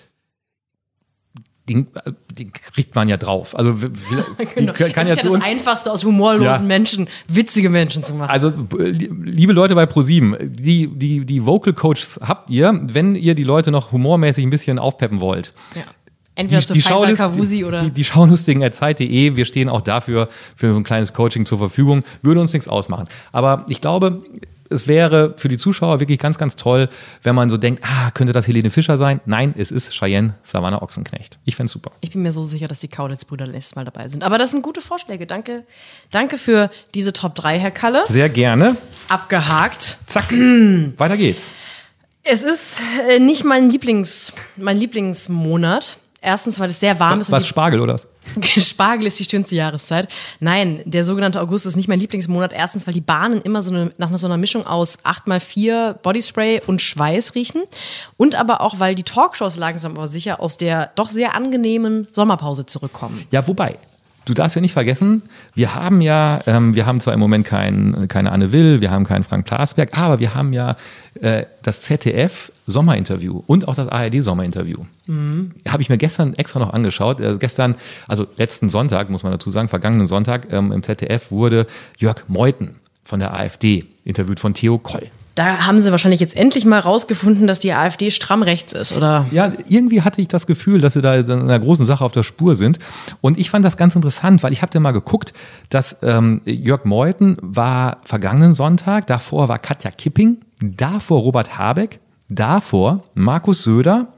Den, den kriegt man ja drauf. Also will, genau. die kann das ja ist ja das Einfachste, aus humorlosen ja. Menschen witzige Menschen zu machen. Also liebe Leute bei ProSieben, die, die, die Vocal Coaches habt ihr, wenn ihr die Leute noch humormäßig ein bisschen aufpeppen wollt. Ja. Entweder zu Faisal Kavusi oder... Die, die Schaulustigen at Zeit punkt de, wir stehen auch dafür für so ein kleines Coaching zur Verfügung, würde uns nichts ausmachen. Aber ich glaube, es wäre für die Zuschauer wirklich ganz, ganz toll, wenn man so denkt, ah, könnte das Helene Fischer sein? Nein, es ist Cheyenne Savannah Ochsenknecht. Ich fände es super. Ich bin mir so sicher, dass die Kaulitz-Brüder nächstes Mal dabei sind. Aber das sind gute Vorschläge. Danke, danke für diese Top drei, Herr Kalle. Sehr gerne. Abgehakt. Zack, weiter geht's. Es ist äh, nicht mein Lieblings, mein Lieblingsmonat. Erstens, weil es sehr warm ist. Was, Spargel oder was? Spargel ist die schönste Jahreszeit. Nein, der sogenannte August ist nicht mein Lieblingsmonat. Erstens, weil die Bahnen immer so eine, nach so einer Mischung aus acht mal vier Bodyspray und Schweiß riechen. Und aber auch, weil die Talkshows langsam aber sicher aus der doch sehr angenehmen Sommerpause zurückkommen. Ja, wobei, du darfst ja nicht vergessen, wir haben ja, ähm, wir haben zwar im Moment kein, keine Anne Will, wir haben keinen Frank Plasberg, aber wir haben ja äh, das Z D F Sommerinterview und auch das A R D Sommerinterview. Mhm. Habe ich mir gestern extra noch angeschaut. Äh, gestern, also letzten Sonntag, muss man dazu sagen, vergangenen Sonntag ähm, im Z D F wurde Jörg Meuthen von der AfD interviewt von Theo Koll. Da haben sie wahrscheinlich jetzt endlich mal rausgefunden, dass die AfD stramm rechts ist, oder? Ja, irgendwie hatte ich das Gefühl, dass sie da in einer großen Sache auf der Spur sind. Und ich fand das ganz interessant, weil ich habe da mal geguckt, dass ähm, Jörg Meuthen war vergangenen Sonntag, davor war Katja Kipping, davor Robert Habeck, davor Markus Söder,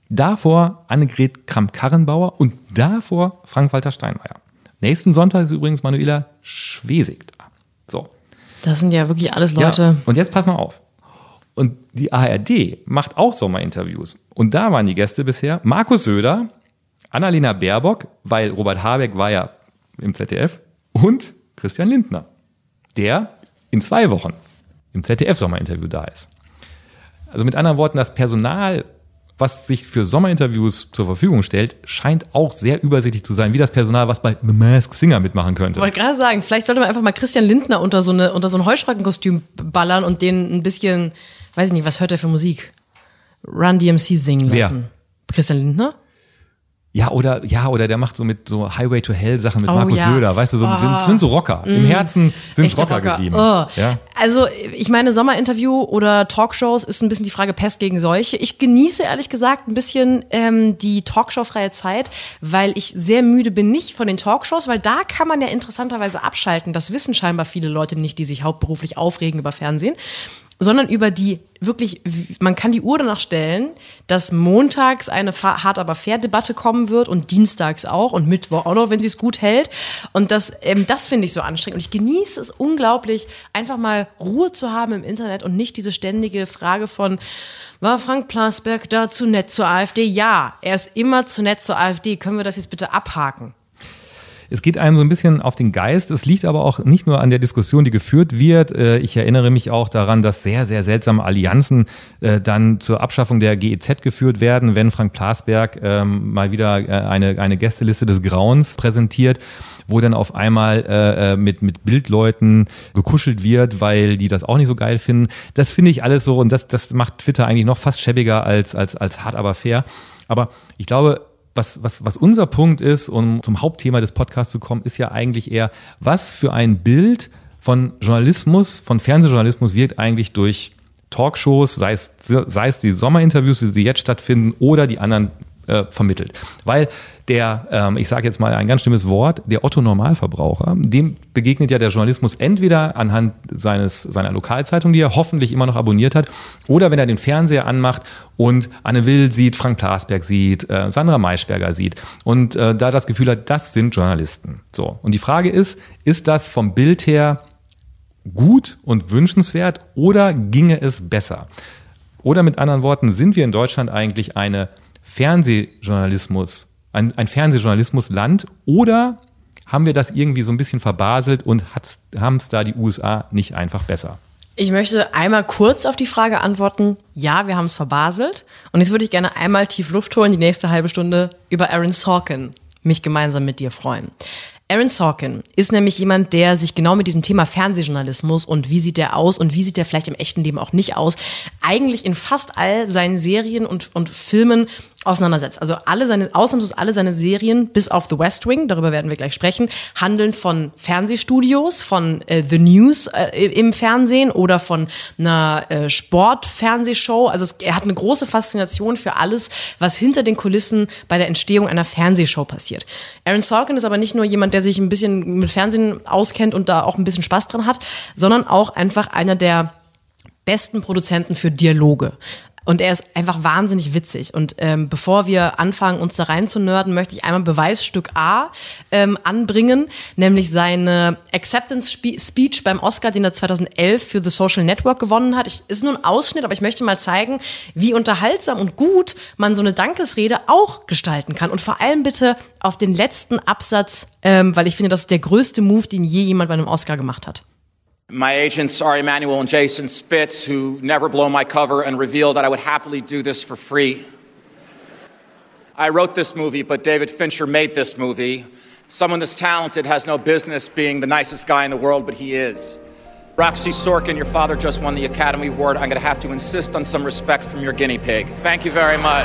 davor Annegret Kramp-Karrenbauer und davor Frank-Walter Steinmeier. Nächsten Sonntag ist übrigens Manuela Schwesig da. So. Das sind ja wirklich alles Leute. Ja, und jetzt pass mal auf. Und die A R D macht auch Sommerinterviews. Und da waren die Gäste bisher Markus Söder, Annalena Baerbock, weil Robert Habeck war ja im Z D F, und Christian Lindner, der in zwei Wochen im Z D F-Sommerinterview da ist. Also mit anderen Worten, das Personal, was sich für Sommerinterviews zur Verfügung stellt, scheint auch sehr übersichtlich zu sein, wie das Personal, was bei The Masked Singer mitmachen könnte. Ich wollte gerade sagen, vielleicht sollte man einfach mal Christian Lindner unter so, eine, unter so ein Heuschreckenkostüm ballern und den ein bisschen, weiß ich nicht, was hört er für Musik? Run D M C singen lassen. Wer? Christian Lindner? Ja, oder, ja, oder der macht so mit so Highway to Hell Sachen mit Oh, Markus ja. Söder, weißt du, so, Oh. sind, sind so Rocker. Im Herzen sind es Echte Rocker, Rocker. geblieben. Oh. Ja? Also ich meine, Sommerinterview oder Talkshows ist ein bisschen die Frage Pest gegen Seuche. Ich genieße ehrlich gesagt ein bisschen ähm, die Talkshow-freie Zeit, weil ich sehr müde bin, nicht von den Talkshows, weil da kann man ja interessanterweise abschalten. Das wissen scheinbar viele Leute nicht, die sich hauptberuflich aufregen über Fernsehen. sondern über die wirklich, man kann die Uhr danach stellen, dass montags eine hart aber fair Debatte kommen wird und dienstags auch und Mittwoch auch noch, wenn sie es gut hält. Und das, ähm, das finde ich so anstrengend. Und ich genieße es unglaublich, einfach mal Ruhe zu haben im Internet und nicht diese ständige Frage von, war Frank Plasberg da zu nett zur AfD? Ja, er ist immer zu nett zur AfD. Können wir das jetzt bitte abhaken? Es geht einem so ein bisschen auf den Geist. Es liegt aber auch nicht nur an der Diskussion, die geführt wird. Ich erinnere mich auch daran, dass sehr, sehr seltsame Allianzen dann zur Abschaffung der G E Z geführt werden, wenn Frank Plasberg ähm, mal wieder eine, eine Gästeliste des Grauens präsentiert, wo dann auf einmal äh, mit, mit Bildleuten gekuschelt wird, weil die das auch nicht so geil finden. Das finde ich alles so und das, das macht Twitter eigentlich noch fast schäbiger als, als, als hart, aber fair. Aber ich glaube, Was, was, was unser Punkt ist, um zum Hauptthema des Podcasts zu kommen, ist ja eigentlich eher, was für ein Bild von Journalismus, von Fernsehjournalismus wird eigentlich durch Talkshows, sei es, sei es die Sommerinterviews, wie sie jetzt stattfinden, oder die anderen äh, vermittelt. Weil der, ähm, ich sage jetzt mal ein ganz schlimmes Wort, der Otto-Normalverbraucher, dem begegnet ja der Journalismus entweder anhand seines, seiner Lokalzeitung, die er hoffentlich immer noch abonniert hat, oder wenn er den Fernseher anmacht und Anne Will sieht, Frank Plasberg sieht, äh, Sandra Maischberger sieht und äh, da das Gefühl hat, das sind Journalisten. So. Und die Frage ist, ist das vom Bild her gut und wünschenswert oder ginge es besser? Oder mit anderen Worten, sind wir in Deutschland eigentlich eine Fernsehjournalismus Ein, ein Fernsehjournalismusland oder haben wir das irgendwie so ein bisschen verbaselt und haben es da die U S A nicht einfach besser? Ich möchte einmal kurz auf die Frage antworten, ja, wir haben es verbaselt. Und jetzt würde ich gerne einmal tief Luft holen, die nächste halbe Stunde über Aaron Sorkin mich gemeinsam mit dir freuen. Aaron Sorkin ist nämlich jemand, der sich genau mit diesem Thema Fernsehjournalismus und wie sieht der aus und wie sieht der vielleicht im echten Leben auch nicht aus, eigentlich in fast all seinen Serien und, und Filmen auseinandersetzt. Also alle seine, ausnahmslos alle seine Serien, bis auf The West Wing, darüber werden wir gleich sprechen, handeln von Fernsehstudios, von äh, The News äh, im Fernsehen oder von einer äh, Sportfernsehshow. Also es, er hat eine große Faszination für alles, was hinter den Kulissen bei der Entstehung einer Fernsehshow passiert. Aaron Sorkin ist aber nicht nur jemand, der sich ein bisschen mit Fernsehen auskennt und da auch ein bisschen Spaß dran hat, sondern auch einfach einer der besten Produzenten für Dialoge. Und er ist einfach wahnsinnig witzig. Und ähm, bevor wir anfangen, uns da rein zu nerden, möchte ich einmal Beweisstück A ähm, anbringen, nämlich seine Acceptance Speech beim Oscar, den er zweitausendelf für The Social Network gewonnen hat. Ich, ist nur ein Ausschnitt, aber ich möchte mal zeigen, wie unterhaltsam und gut man so eine Dankesrede auch gestalten kann. Und vor allem bitte auf den letzten Absatz, ähm, weil ich finde, das ist der größte Move, den je jemand bei einem Oscar gemacht hat. My agents are Emmanuel and Jason Spitz, who never blow my cover and reveal that I would happily do this for free. I wrote this movie, but David Fincher made this movie. Someone this talented has no business being the nicest guy in the world, but he is. Roxy Sorkin, your father just won the Academy Award. I'm going to have to insist on some respect from your guinea pig. Thank you very much.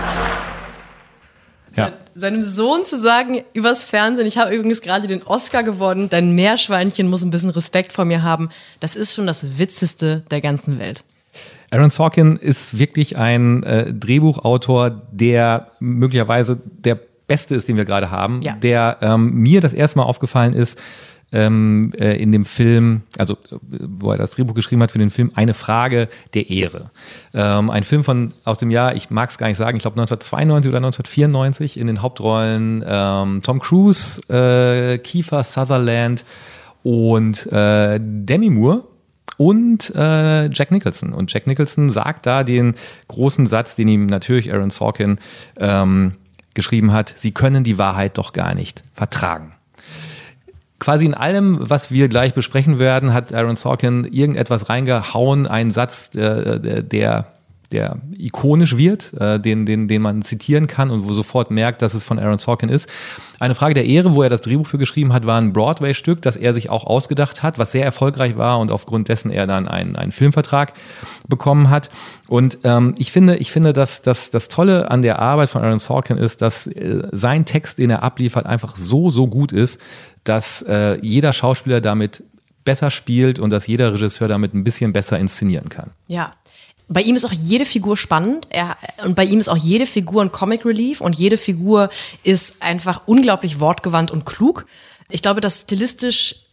Ja. Seinem Sohn zu sagen, übers Fernsehen, ich habe übrigens gerade den Oscar gewonnen, dein Meerschweinchen muss ein bisschen Respekt vor mir haben, das ist schon das Witzigste der ganzen Welt. Aaron Sorkin ist wirklich ein äh, Drehbuchautor, der möglicherweise der Beste ist, den wir gerade haben, ja. der ähm, mir das erste Mal aufgefallen ist, Ähm, äh, in dem Film, also wo er das Drehbuch geschrieben hat für den Film Eine Frage der Ehre. Ähm, ein Film von aus dem Jahr, ich mag es gar nicht sagen, ich glaube neunzehnhundertzweiundneunzig oder neunzehnhundertvierundneunzig, in den Hauptrollen ähm, Tom Cruise, äh, Kiefer Sutherland und äh, Demi Moore und äh, Jack Nicholson. Und Jack Nicholson sagt da den großen Satz, den ihm natürlich Aaron Sorkin ähm, geschrieben hat: Sie können die Wahrheit doch gar nicht vertragen. Quasi in allem, was wir gleich besprechen werden, hat Aaron Sorkin irgendetwas reingehauen, einen Satz, der, der, der ikonisch wird, den, den, den man zitieren kann und wo sofort merkt, dass es von Aaron Sorkin ist. Eine Frage der Ehre, wo er das Drehbuch für geschrieben hat, war ein Broadway-Stück, das er sich auch ausgedacht hat, was sehr erfolgreich war und aufgrund dessen er dann einen, einen Filmvertrag bekommen hat. Und ähm, ich finde, ich finde, dass, dass das Tolle an der Arbeit von Aaron Sorkin ist, dass äh, sein Text, den er abliefert, einfach so, so gut ist, dass äh, jeder Schauspieler damit besser spielt und dass jeder Regisseur damit ein bisschen besser inszenieren kann. Ja. Bei ihm ist auch jede Figur spannend er, und bei ihm ist auch jede Figur ein Comic Relief und jede Figur ist einfach unglaublich wortgewandt und klug. Ich glaube, dass stilistisch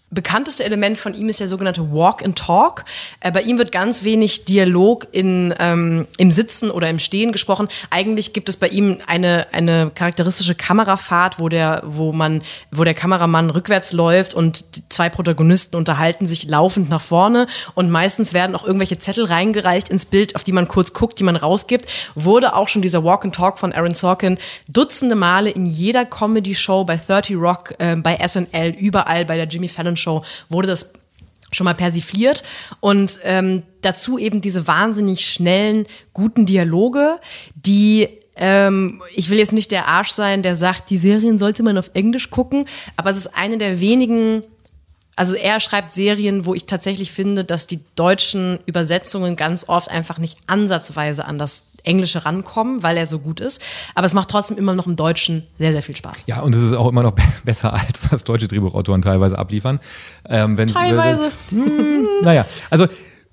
bekannteste Element von ihm ist der sogenannte Walk and Talk. Äh, bei ihm wird ganz wenig Dialog in, ähm, im Sitzen oder im Stehen gesprochen. Eigentlich gibt es bei ihm eine, eine charakteristische Kamerafahrt, wo der, wo man, wo der Kameramann rückwärts läuft und die zwei Protagonisten unterhalten sich laufend nach vorne und meistens werden auch irgendwelche Zettel reingereicht ins Bild, auf die man kurz guckt, die man rausgibt. Wurde auch schon dieser Walk and Talk von Aaron Sorkin dutzende Male in jeder Comedy-Show, bei thirty Rock, äh, bei S N L, überall, bei der Jimmy Fallon Show wurde das schon mal persifliert und ähm, dazu eben diese wahnsinnig schnellen, guten Dialoge, die ähm, ich will jetzt nicht der Arsch sein, der sagt, die Serien sollte man auf Englisch gucken, aber es ist eine der wenigen, also er schreibt Serien, wo ich tatsächlich finde, dass die deutschen Übersetzungen ganz oft einfach nicht ansatzweise an das Englische rankommen, weil er so gut ist. Aber es macht trotzdem immer noch im Deutschen sehr, sehr viel Spaß. Ja, und es ist auch immer noch be- besser, als was deutsche Drehbuchautoren teilweise abliefern. Ähm, wenn teilweise. Es, hm, naja, also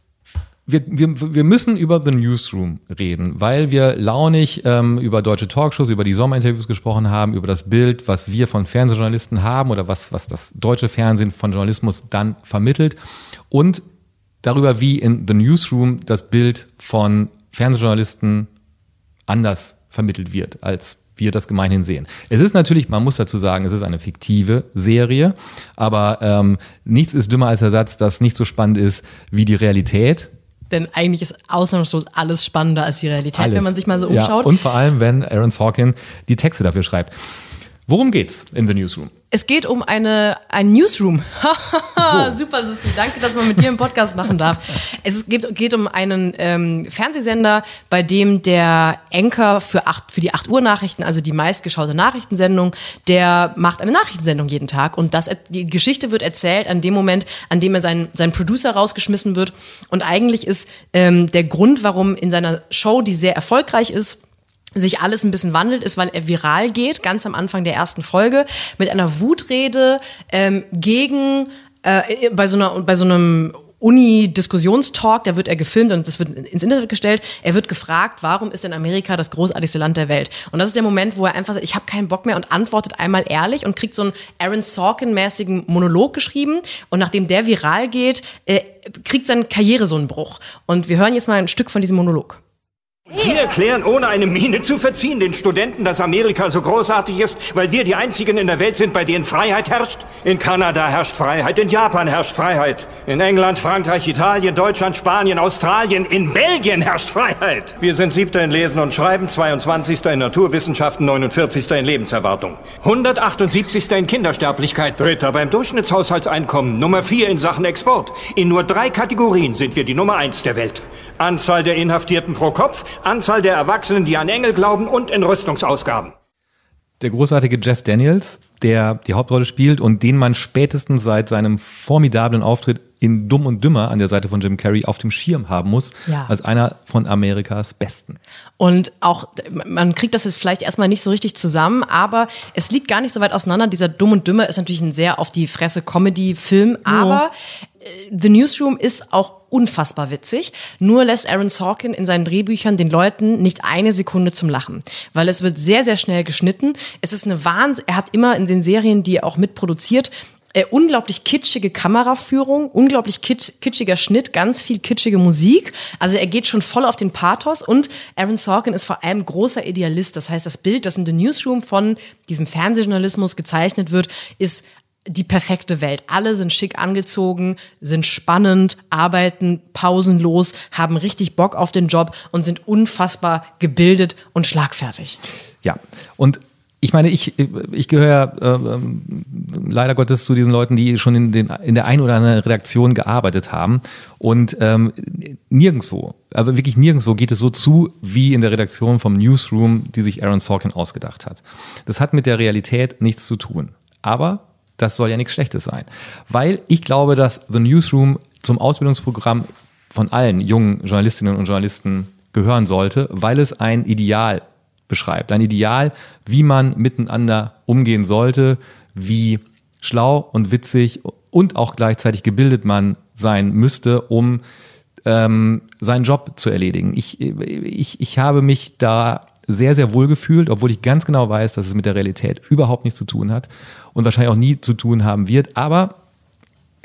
wir, wir, wir müssen über The Newsroom reden, weil wir launig ähm, über deutsche Talkshows, über die Sommerinterviews gesprochen haben, über das Bild, was wir von Fernsehjournalisten haben oder was, was das deutsche Fernsehen von Journalismus dann vermittelt und darüber, wie in The Newsroom das Bild von Fernsehjournalisten anders vermittelt wird, als wir das gemeinhin sehen. Es ist natürlich, man muss dazu sagen, es ist eine fiktive Serie, aber ähm, nichts ist dümmer als der Satz, dass nicht so spannend ist wie die Realität. Denn eigentlich ist ausnahmslos alles spannender als die Realität, alles. Wenn man sich mal so Ja, umschaut. und vor allem, wenn Aaron Sorkin die Texte dafür schreibt. Worum geht's in The Newsroom? Es geht um eine, ein Newsroom. so. Super, Sophie. Danke, dass man mit dir einen Podcast machen darf. Es geht, geht um einen ähm, Fernsehsender, bei dem der Anchor für, acht, für die acht Uhr Nachrichten, also die meistgeschaute Nachrichtensendung, der macht eine Nachrichtensendung jeden Tag. Und das, die Geschichte wird erzählt an dem Moment, an dem er sein, sein Producer rausgeschmissen wird. Und eigentlich ist ähm, der Grund, warum in seiner Show, die sehr erfolgreich ist, sich alles ein bisschen wandelt, ist, weil er viral geht, ganz am Anfang der ersten Folge, mit einer Wutrede ähm, gegen, äh, bei so einer, bei so einem Uni-Diskussionstalk, da wird er gefilmt und das wird ins Internet gestellt. Er wird gefragt, warum ist denn Amerika das großartigste Land der Welt? Und das ist der Moment, wo er einfach sagt, ich habe keinen Bock mehr und antwortet einmal ehrlich und kriegt so einen Aaron Sorkin-mäßigen Monolog geschrieben. Und nachdem der viral geht, äh, kriegt seine Karriere so einen Bruch. Und wir hören jetzt mal ein Stück von diesem Monolog. Sie erklären, ohne eine Miene zu verziehen, den Studenten, dass Amerika so großartig ist, weil wir die einzigen in der Welt sind, bei denen Freiheit herrscht? In Kanada herrscht Freiheit, in Japan herrscht Freiheit, in England, Frankreich, Italien, Deutschland, Spanien, Australien, in Belgien herrscht Freiheit. Wir sind Siebter in Lesen und Schreiben, zweiundzwanzigster in Naturwissenschaften, neunundvierzigster in Lebenserwartung, hundertachtundsiebzigster in Kindersterblichkeit, Dritter beim Durchschnittshaushaltseinkommen, Nummer vier in Sachen Export. In nur drei Kategorien sind wir die Nummer eins der Welt. Anzahl der Inhaftierten pro Kopf, Anzahl der Erwachsenen, die an Engel glauben und in Rüstungsausgaben. Der großartige Jeff Daniels, der die Hauptrolle spielt und den man spätestens seit seinem formidablen Auftritt in Dumm und Dümmer an der Seite von Jim Carrey auf dem Schirm haben muss, ja. als einer von Amerikas Besten. Und auch, man kriegt das jetzt vielleicht erstmal nicht so richtig zusammen, aber es liegt gar nicht so weit auseinander. Dieser Dumm und Dümmer ist natürlich ein sehr auf die Fresse Comedy-Film, ja. aber The Newsroom ist auch unfassbar witzig. Nur lässt Aaron Sorkin in seinen Drehbüchern den Leuten nicht eine Sekunde zum Lachen. Weil es wird sehr, sehr schnell geschnitten. Es ist eine Wahnsinn. Er hat immer in den Serien, die er auch mitproduziert, Äh, unglaublich kitschige Kameraführung, unglaublich kitsch, kitschiger Schnitt, ganz viel kitschige Musik. Also er geht schon voll auf den Pathos und Aaron Sorkin ist vor allem großer Idealist. Das heißt, das Bild, das in The Newsroom von diesem Fernsehjournalismus gezeichnet wird, ist die perfekte Welt. Alle sind schick angezogen, sind spannend, arbeiten pausenlos, haben richtig Bock auf den Job und sind unfassbar gebildet und schlagfertig. Ja, und ich meine, ich, ich gehöre äh, leider Gottes zu diesen Leuten, die schon in, den, in der einen oder anderen Redaktion gearbeitet haben. Und ähm, nirgendwo, aber wirklich nirgendwo geht es so zu, wie in der Redaktion vom Newsroom, die sich Aaron Sorkin ausgedacht hat. Das hat mit der Realität nichts zu tun. Aber das soll ja nichts Schlechtes sein. Weil ich glaube, dass The Newsroom zum Ausbildungsprogramm von allen jungen Journalistinnen und Journalisten gehören sollte, weil es ein Ideal beschreibt. Ein Ideal, wie man miteinander umgehen sollte, wie schlau und witzig und auch gleichzeitig gebildet man sein müsste, um ähm, seinen Job zu erledigen. Ich, ich, ich habe mich da sehr, sehr wohl gefühlt, obwohl ich ganz genau weiß, dass es mit der Realität überhaupt nichts zu tun hat und wahrscheinlich auch nie zu tun haben wird. Aber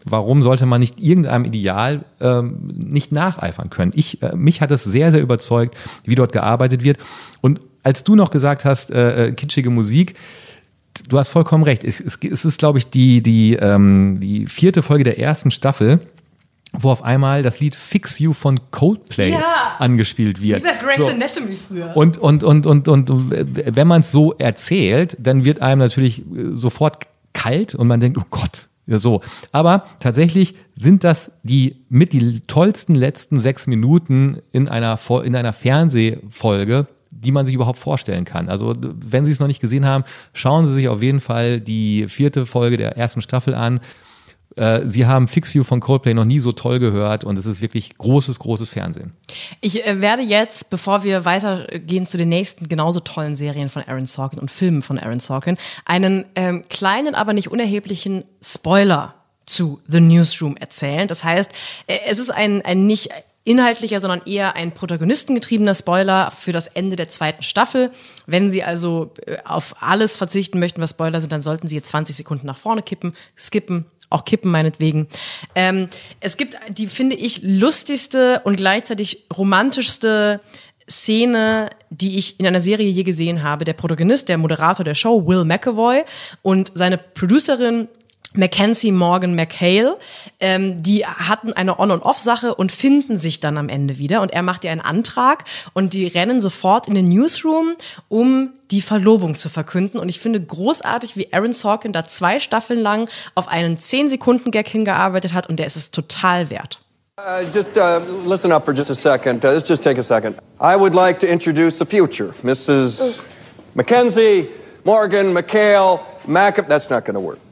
warum sollte man nicht irgendeinem Ideal ähm, nicht nacheifern können? Ich, äh, mich hat es sehr, sehr überzeugt, wie dort gearbeitet wird. Und als du noch gesagt hast, äh, kitschige Musik, du hast vollkommen recht. Es, es, es ist, glaube ich, die, die, ähm, die vierte Folge der ersten Staffel, wo auf einmal das Lied Fix You von Coldplay ja. angespielt wird. Wie bei Grey's so. Anatomy früher. Und, und, und, und, und wenn man es so erzählt, dann wird einem natürlich sofort kalt und man denkt, oh Gott, ja so. Aber tatsächlich sind das die mit die tollsten letzten sechs Minuten in einer, in einer Fernsehfolge, die man sich überhaupt vorstellen kann. Also wenn Sie es noch nicht gesehen haben, schauen Sie sich auf jeden Fall die vierte Folge der ersten Staffel an. Sie haben Fix You von Coldplay noch nie so toll gehört und es ist wirklich großes, großes Fernsehen. Ich äh, werde jetzt, bevor wir weitergehen zu den nächsten genauso tollen Serien von Aaron Sorkin und Filmen von Aaron Sorkin, einen ähm, kleinen, aber nicht unerheblichen Spoiler zu The Newsroom erzählen. Das heißt, äh, es ist ein, ein nicht inhaltlicher, sondern eher ein protagonistengetriebener Spoiler für das Ende der zweiten Staffel. Wenn Sie also äh, auf alles verzichten möchten, was Spoiler sind, dann sollten Sie jetzt zwanzig Sekunden nach vorne kippen, skippen, auch kippen meinetwegen. Ähm, es gibt die, finde ich, lustigste und gleichzeitig romantischste Szene, die ich in einer Serie je gesehen habe. Der Protagonist, der Moderator der Show, Will McAvoy, und seine Producerin Mackenzie Morgan McHale, ähm, die hatten eine On- und Off-Sache und finden sich dann am Ende wieder. Und er macht ihr einen Antrag und die rennen sofort in den Newsroom, um die Verlobung zu verkünden. Und ich finde großartig, wie Aaron Sorkin da zwei Staffeln lang auf einen zehn Sekunden Gag hingearbeitet hat und der ist es total wert. Uh, just uh, listen up for just a second. Uh, let's just take a second. I would like to introduce the future, Missus Mackenzie Morgan McHale Mac. That's not going to work.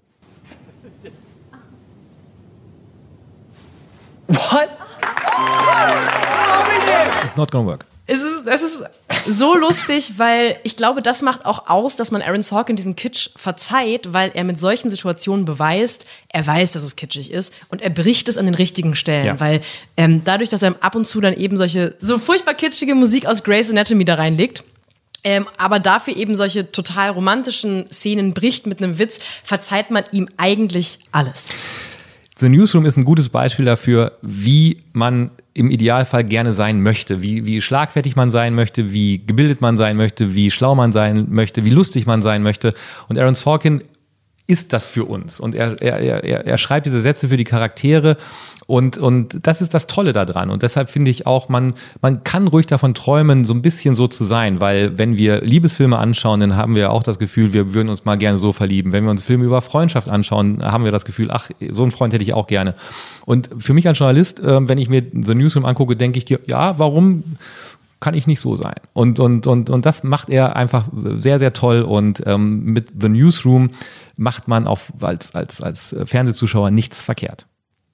What? It's not gonna work. Es ist, es ist so lustig, weil ich glaube, das macht auch aus, dass man Aaron Sorkin diesen Kitsch verzeiht, weil er mit solchen Situationen beweist, er weiß, dass es kitschig ist und er bricht es an den richtigen Stellen, ja. weil ähm, dadurch, dass er ab und zu dann eben solche so furchtbar kitschige Musik aus Grey's Anatomy da reinlegt, Ähm, aber dafür eben solche total romantischen Szenen bricht mit einem Witz, verzeiht man ihm eigentlich alles. The Newsroom ist ein gutes Beispiel dafür, wie man im Idealfall gerne sein möchte, wie, wie schlagfertig man sein möchte, wie gebildet man sein möchte, wie schlau man sein möchte, wie lustig man sein möchte. Und Aaron Sorkin ist das für uns. Und er, er, er, er schreibt diese Sätze für die Charaktere und, und das ist das Tolle daran. Und deshalb finde ich auch, man, man kann ruhig davon träumen, so ein bisschen so zu sein, weil wenn wir Liebesfilme anschauen, dann haben wir auch das Gefühl, wir würden uns mal gerne so verlieben. Wenn wir uns Filme über Freundschaft anschauen, haben wir das Gefühl, ach, so einen Freund hätte ich auch gerne. Und für mich als Journalist, wenn ich mir The Newsroom angucke, denke ich, ja, warum kann ich nicht so sein? Und, und, und, und das macht er einfach sehr, sehr toll. Und ähm, mit The Newsroom macht man auch als, als, als Fernsehzuschauer nichts verkehrt.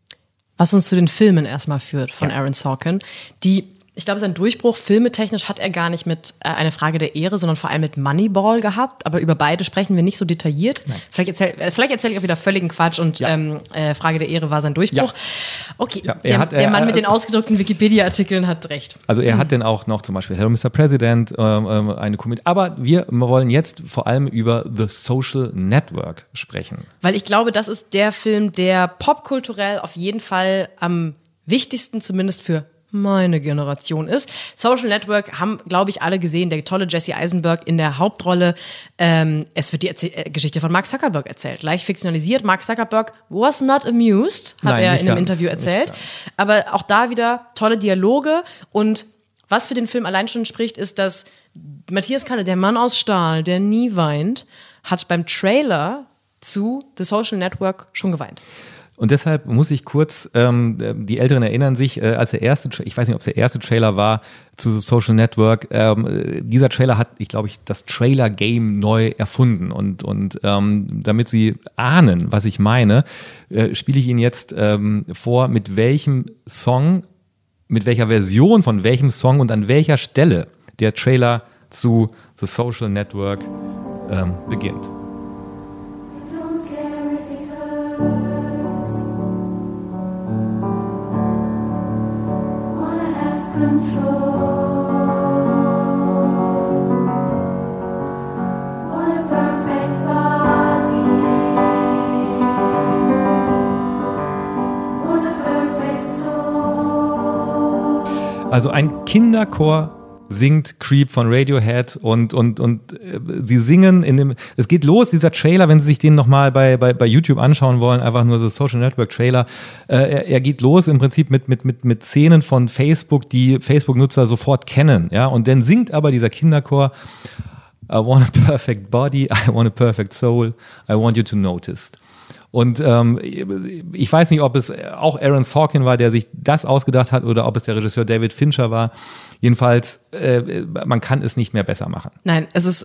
Was uns zu den Filmen erstmal führt von ja. Aaron Sorkin, die, ich glaube, sein Durchbruch filmetechnisch hat er gar nicht mit äh, Eine Frage der Ehre, sondern vor allem mit Moneyball gehabt, aber über beide sprechen wir nicht so detailliert. Nein. Vielleicht erzähle äh, vielleicht erzähl ich auch wieder völligen Quatsch und ja. ähm, äh, Frage der Ehre war sein Durchbruch. Ja. Okay, ja, der, hat, der Mann äh, mit den ausgedruckten Wikipedia-Artikeln hat recht. Also er mhm. hat dann auch noch zum Beispiel Hello Mister President, äh, eine Komödie, aber wir wollen jetzt vor allem über The Social Network sprechen. Weil ich glaube, das ist der Film, der popkulturell auf jeden Fall am wichtigsten, zumindest für meine Generation ist. Social Network haben, glaube ich, alle gesehen. Der tolle Jesse Eisenberg in der Hauptrolle. Ähm, es wird die Erzähl- äh, Geschichte von Mark Zuckerberg erzählt. Leicht fiktionalisiert. Mark Zuckerberg was not amused, hat Nein, er in einem ganz, Interview erzählt. Aber auch da wieder tolle Dialoge. Und was für den Film allein schon spricht, ist, dass Matthias Kanne, der Mann aus Stahl, der nie weint, hat beim Trailer zu The Social Network schon geweint. Und deshalb muss ich kurz, ähm, die Älteren erinnern sich, äh, als der erste, ich weiß nicht, ob es der erste Trailer war zu Social Network, ähm, dieser Trailer hat, ich glaube, ich das Trailer-Game neu erfunden. Und, und ähm, damit Sie ahnen, was ich meine, äh, spiele ich Ihnen jetzt ähm, vor, mit welchem Song, mit welcher Version von welchem Song und an welcher Stelle der Trailer zu The Social Network ähm, beginnt. Also ein Kinderchor singt Creep von Radiohead und, und, und äh, sie singen in dem, es geht los, dieser Trailer, wenn Sie sich den nochmal bei, bei, bei YouTube anschauen wollen, einfach nur das Social Network Trailer, äh, er, er geht los im Prinzip mit, mit, mit, mit Szenen von Facebook, die Facebook-Nutzer sofort kennen, ja, und dann singt aber dieser Kinderchor I want a perfect body, I want a perfect soul, I want you to notice. Und ähm, ich weiß nicht, ob es auch Aaron Sorkin war, der sich das ausgedacht hat, oder ob es der Regisseur David Fincher war. Jedenfalls, äh, man kann es nicht mehr besser machen. Nein, es ist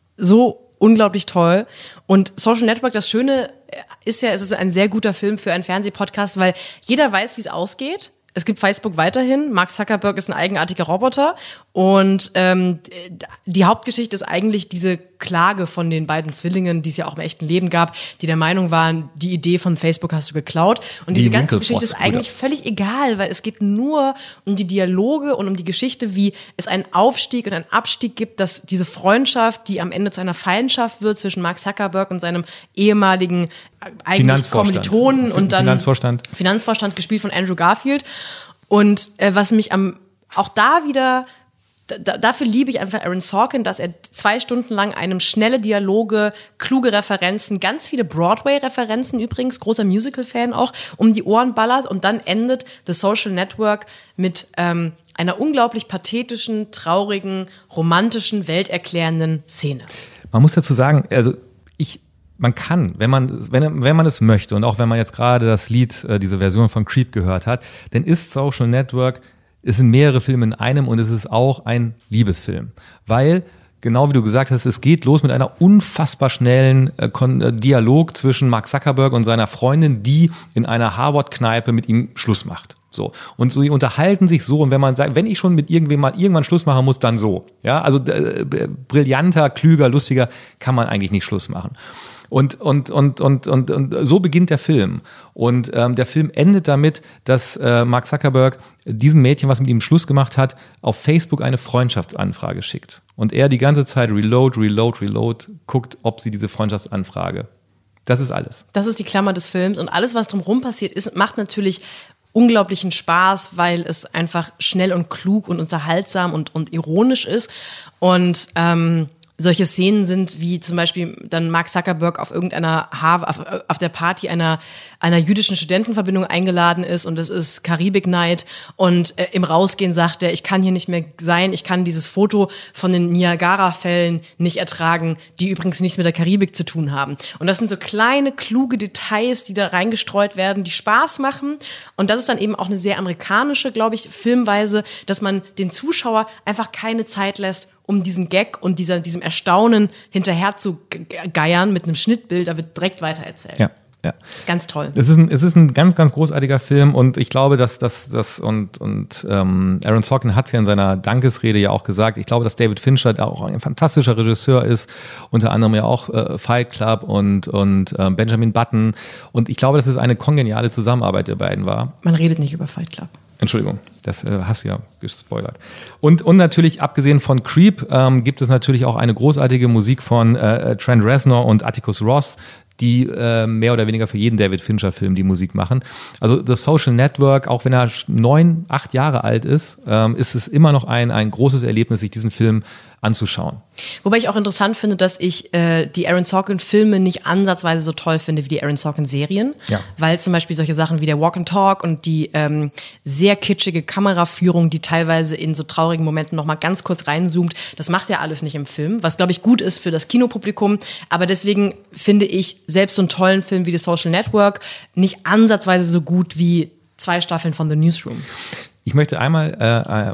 so unglaublich toll. Und Social Network, das Schöne ist ja, es ist ein sehr guter Film für einen Fernsehpodcast, weil jeder weiß, wie es ausgeht. Es gibt Facebook weiterhin. Mark Zuckerberg ist ein eigenartiger Roboter. Und ähm, die Hauptgeschichte ist eigentlich diese Klage von den beiden Zwillingen, die es ja auch im echten Leben gab, die der Meinung waren, die Idee von Facebook hast du geklaut. Und die diese ganze Geschichte ist eigentlich völlig egal, weil es geht nur um die Dialoge und um die Geschichte, wie es einen Aufstieg und einen Abstieg gibt, dass diese Freundschaft, die am Ende zu einer Feindschaft wird zwischen Mark Zuckerberg und seinem ehemaligen eigentlich Kommilitonen und dann Finanzvorstand. Finanzvorstand, gespielt von Andrew Garfield. Und äh, was mich am auch da wieder Da, dafür liebe ich einfach Aaron Sorkin, dass er zwei Stunden lang einem schnelle Dialoge, kluge Referenzen, ganz viele Broadway-Referenzen übrigens, großer Musical-Fan auch, um die Ohren ballert, und dann endet The Social Network mit ähm, einer unglaublich pathetischen, traurigen, romantischen, welterklärenden Szene. Man muss dazu sagen, also ich Man kann, wenn man, wenn, wenn man es möchte, und auch wenn man jetzt gerade das Lied, äh, diese Version von Creep gehört hat, dann ist Social Network, es sind mehrere Filme in einem, und es ist auch ein Liebesfilm. Weil, genau wie du gesagt hast, es geht los mit einer unfassbar schnellen äh, Kon- äh, Dialog zwischen Mark Zuckerberg und seiner Freundin, die in einer Harvard-Kneipe mit ihm Schluss macht. So. Und so, die unterhalten sich so, und wenn man sagt, wenn ich schon mit irgendwem mal irgendwann Schluss machen muss, dann so. Ja, also äh, brillanter, klüger, lustiger kann man eigentlich nicht Schluss machen. Und, und, und, und, und, und so beginnt der Film. Und ähm, der Film endet damit, dass äh, Mark Zuckerberg diesem Mädchen, was mit ihm Schluss gemacht hat, auf Facebook eine Freundschaftsanfrage schickt. Und er die ganze Zeit reload, reload, reload, guckt, ob sie diese Freundschaftsanfrage. Das ist alles. Das ist die Klammer des Films. Und alles, was drumherum passiert ist, macht natürlich unglaublichen Spaß, weil es einfach schnell und klug und unterhaltsam und, und ironisch ist. Und ähm, solche Szenen sind, wie zum Beispiel dann Mark Zuckerberg auf irgendeiner Harvard, auf, auf der Party einer, einer jüdischen Studentenverbindung eingeladen ist, und es ist Karibik Night, und äh, im Rausgehen sagt er, ich kann hier nicht mehr sein, ich kann dieses Foto von den Niagara-Fällen nicht ertragen, die übrigens nichts mit der Karibik zu tun haben. Und das sind so kleine, kluge Details, die da reingestreut werden, die Spaß machen, und das ist dann eben auch eine sehr amerikanische, glaube ich, Filmweise, dass man dem Zuschauer einfach keine Zeit lässt, um diesem Gag und dieser, diesem Erstaunen hinterher zu geiern mit einem Schnittbild, da wird direkt weitererzählt. Ja, ja. Ganz toll. Es ist ein, es ist ein ganz, ganz großartiger Film, und ich glaube, dass das, das und, und ähm, Aaron Sorkin hat es ja in seiner Dankesrede ja auch gesagt, ich glaube, dass David Fincher da auch ein fantastischer Regisseur ist, unter anderem ja auch äh, Fight Club und, und äh, Benjamin Button, und ich glaube, dass es eine kongeniale Zusammenarbeit der beiden war. Man redet nicht über Fight Club. Entschuldigung, das äh, hast du ja gespoilert. Und, und natürlich, abgesehen von Creep, ähm, gibt es natürlich auch eine großartige Musik von äh, Trent Reznor und Atticus Ross, die äh, mehr oder weniger für jeden David Fincher-Film die Musik machen. Also The Social Network, auch wenn er neun, acht Jahre alt ist, ähm, ist es immer noch ein, ein großes Erlebnis, sich diesen Film anzuschauen. Wobei ich auch interessant finde, dass ich äh, die Aaron Sorkin-Filme nicht ansatzweise so toll finde wie die Aaron Sorkin-Serien, ja. Weil zum Beispiel solche Sachen wie der Walk and Talk und die ähm, sehr kitschige Kameraführung, die teilweise in so traurigen Momenten nochmal ganz kurz reinzoomt, das macht er alles nicht im Film, was, glaube ich, gut ist für das Kinopublikum, aber deswegen finde ich selbst so einen tollen Film wie The Social Network nicht ansatzweise so gut wie zwei Staffeln von The Newsroom. Ich möchte einmal, äh,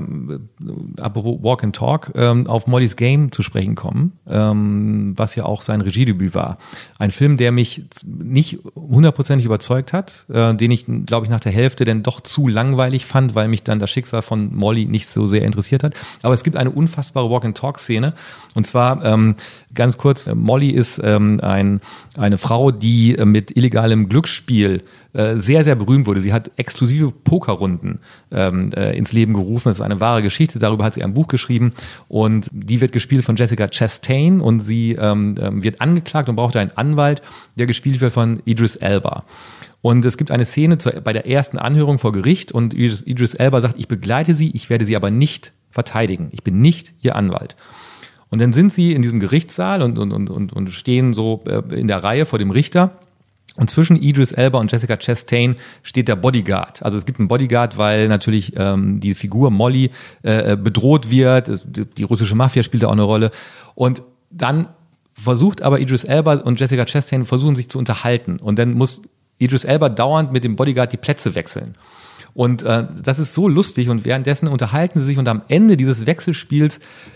äh, apropos Walk and Talk, ähm, auf Molly's Game zu sprechen kommen, ähm, was ja auch sein Regiedebüt war. Ein Film, der mich nicht hundertprozentig überzeugt hat, äh, den ich, glaube ich, nach der Hälfte dann doch zu langweilig fand, weil mich dann das Schicksal von Molly nicht so sehr interessiert hat. Aber es gibt eine unfassbare Walk and Talk-Szene, und zwar ähm, ganz kurz, Molly ist ähm, ein, eine Frau, die äh, mit illegalem Glücksspiel äh, sehr, sehr berühmt wurde. Sie hat exklusive Pokerrunden ähm, ähm, äh, ins Leben gerufen. Das ist eine wahre Geschichte, darüber hat sie ein Buch geschrieben und die wird gespielt von Jessica Chastain und sie ähm, wird angeklagt und braucht einen Anwalt, der gespielt wird von Idris Elba. Und es gibt eine Szene zu, bei der ersten Anhörung vor Gericht und Idris, Idris Elba sagt, ich begleite sie, ich werde sie aber nicht verteidigen. Ich bin nicht ihr Anwalt. Und dann sind sie in diesem Gerichtssaal und, und, und, und stehen so in der Reihe vor dem Richter. Und zwischen Idris Elba und Jessica Chastain steht der Bodyguard. Also es gibt einen Bodyguard, weil natürlich ähm, die Figur Molly äh, bedroht wird. Es, die russische Mafia spielt da auch eine Rolle. Und dann versucht aber Idris Elba und Jessica Chastain versuchen sich zu unterhalten. Und dann muss Idris Elba dauernd mit dem Bodyguard die Plätze wechseln. Und äh, das ist so lustig und währenddessen unterhalten sie sich und am Ende dieses Wechselspiels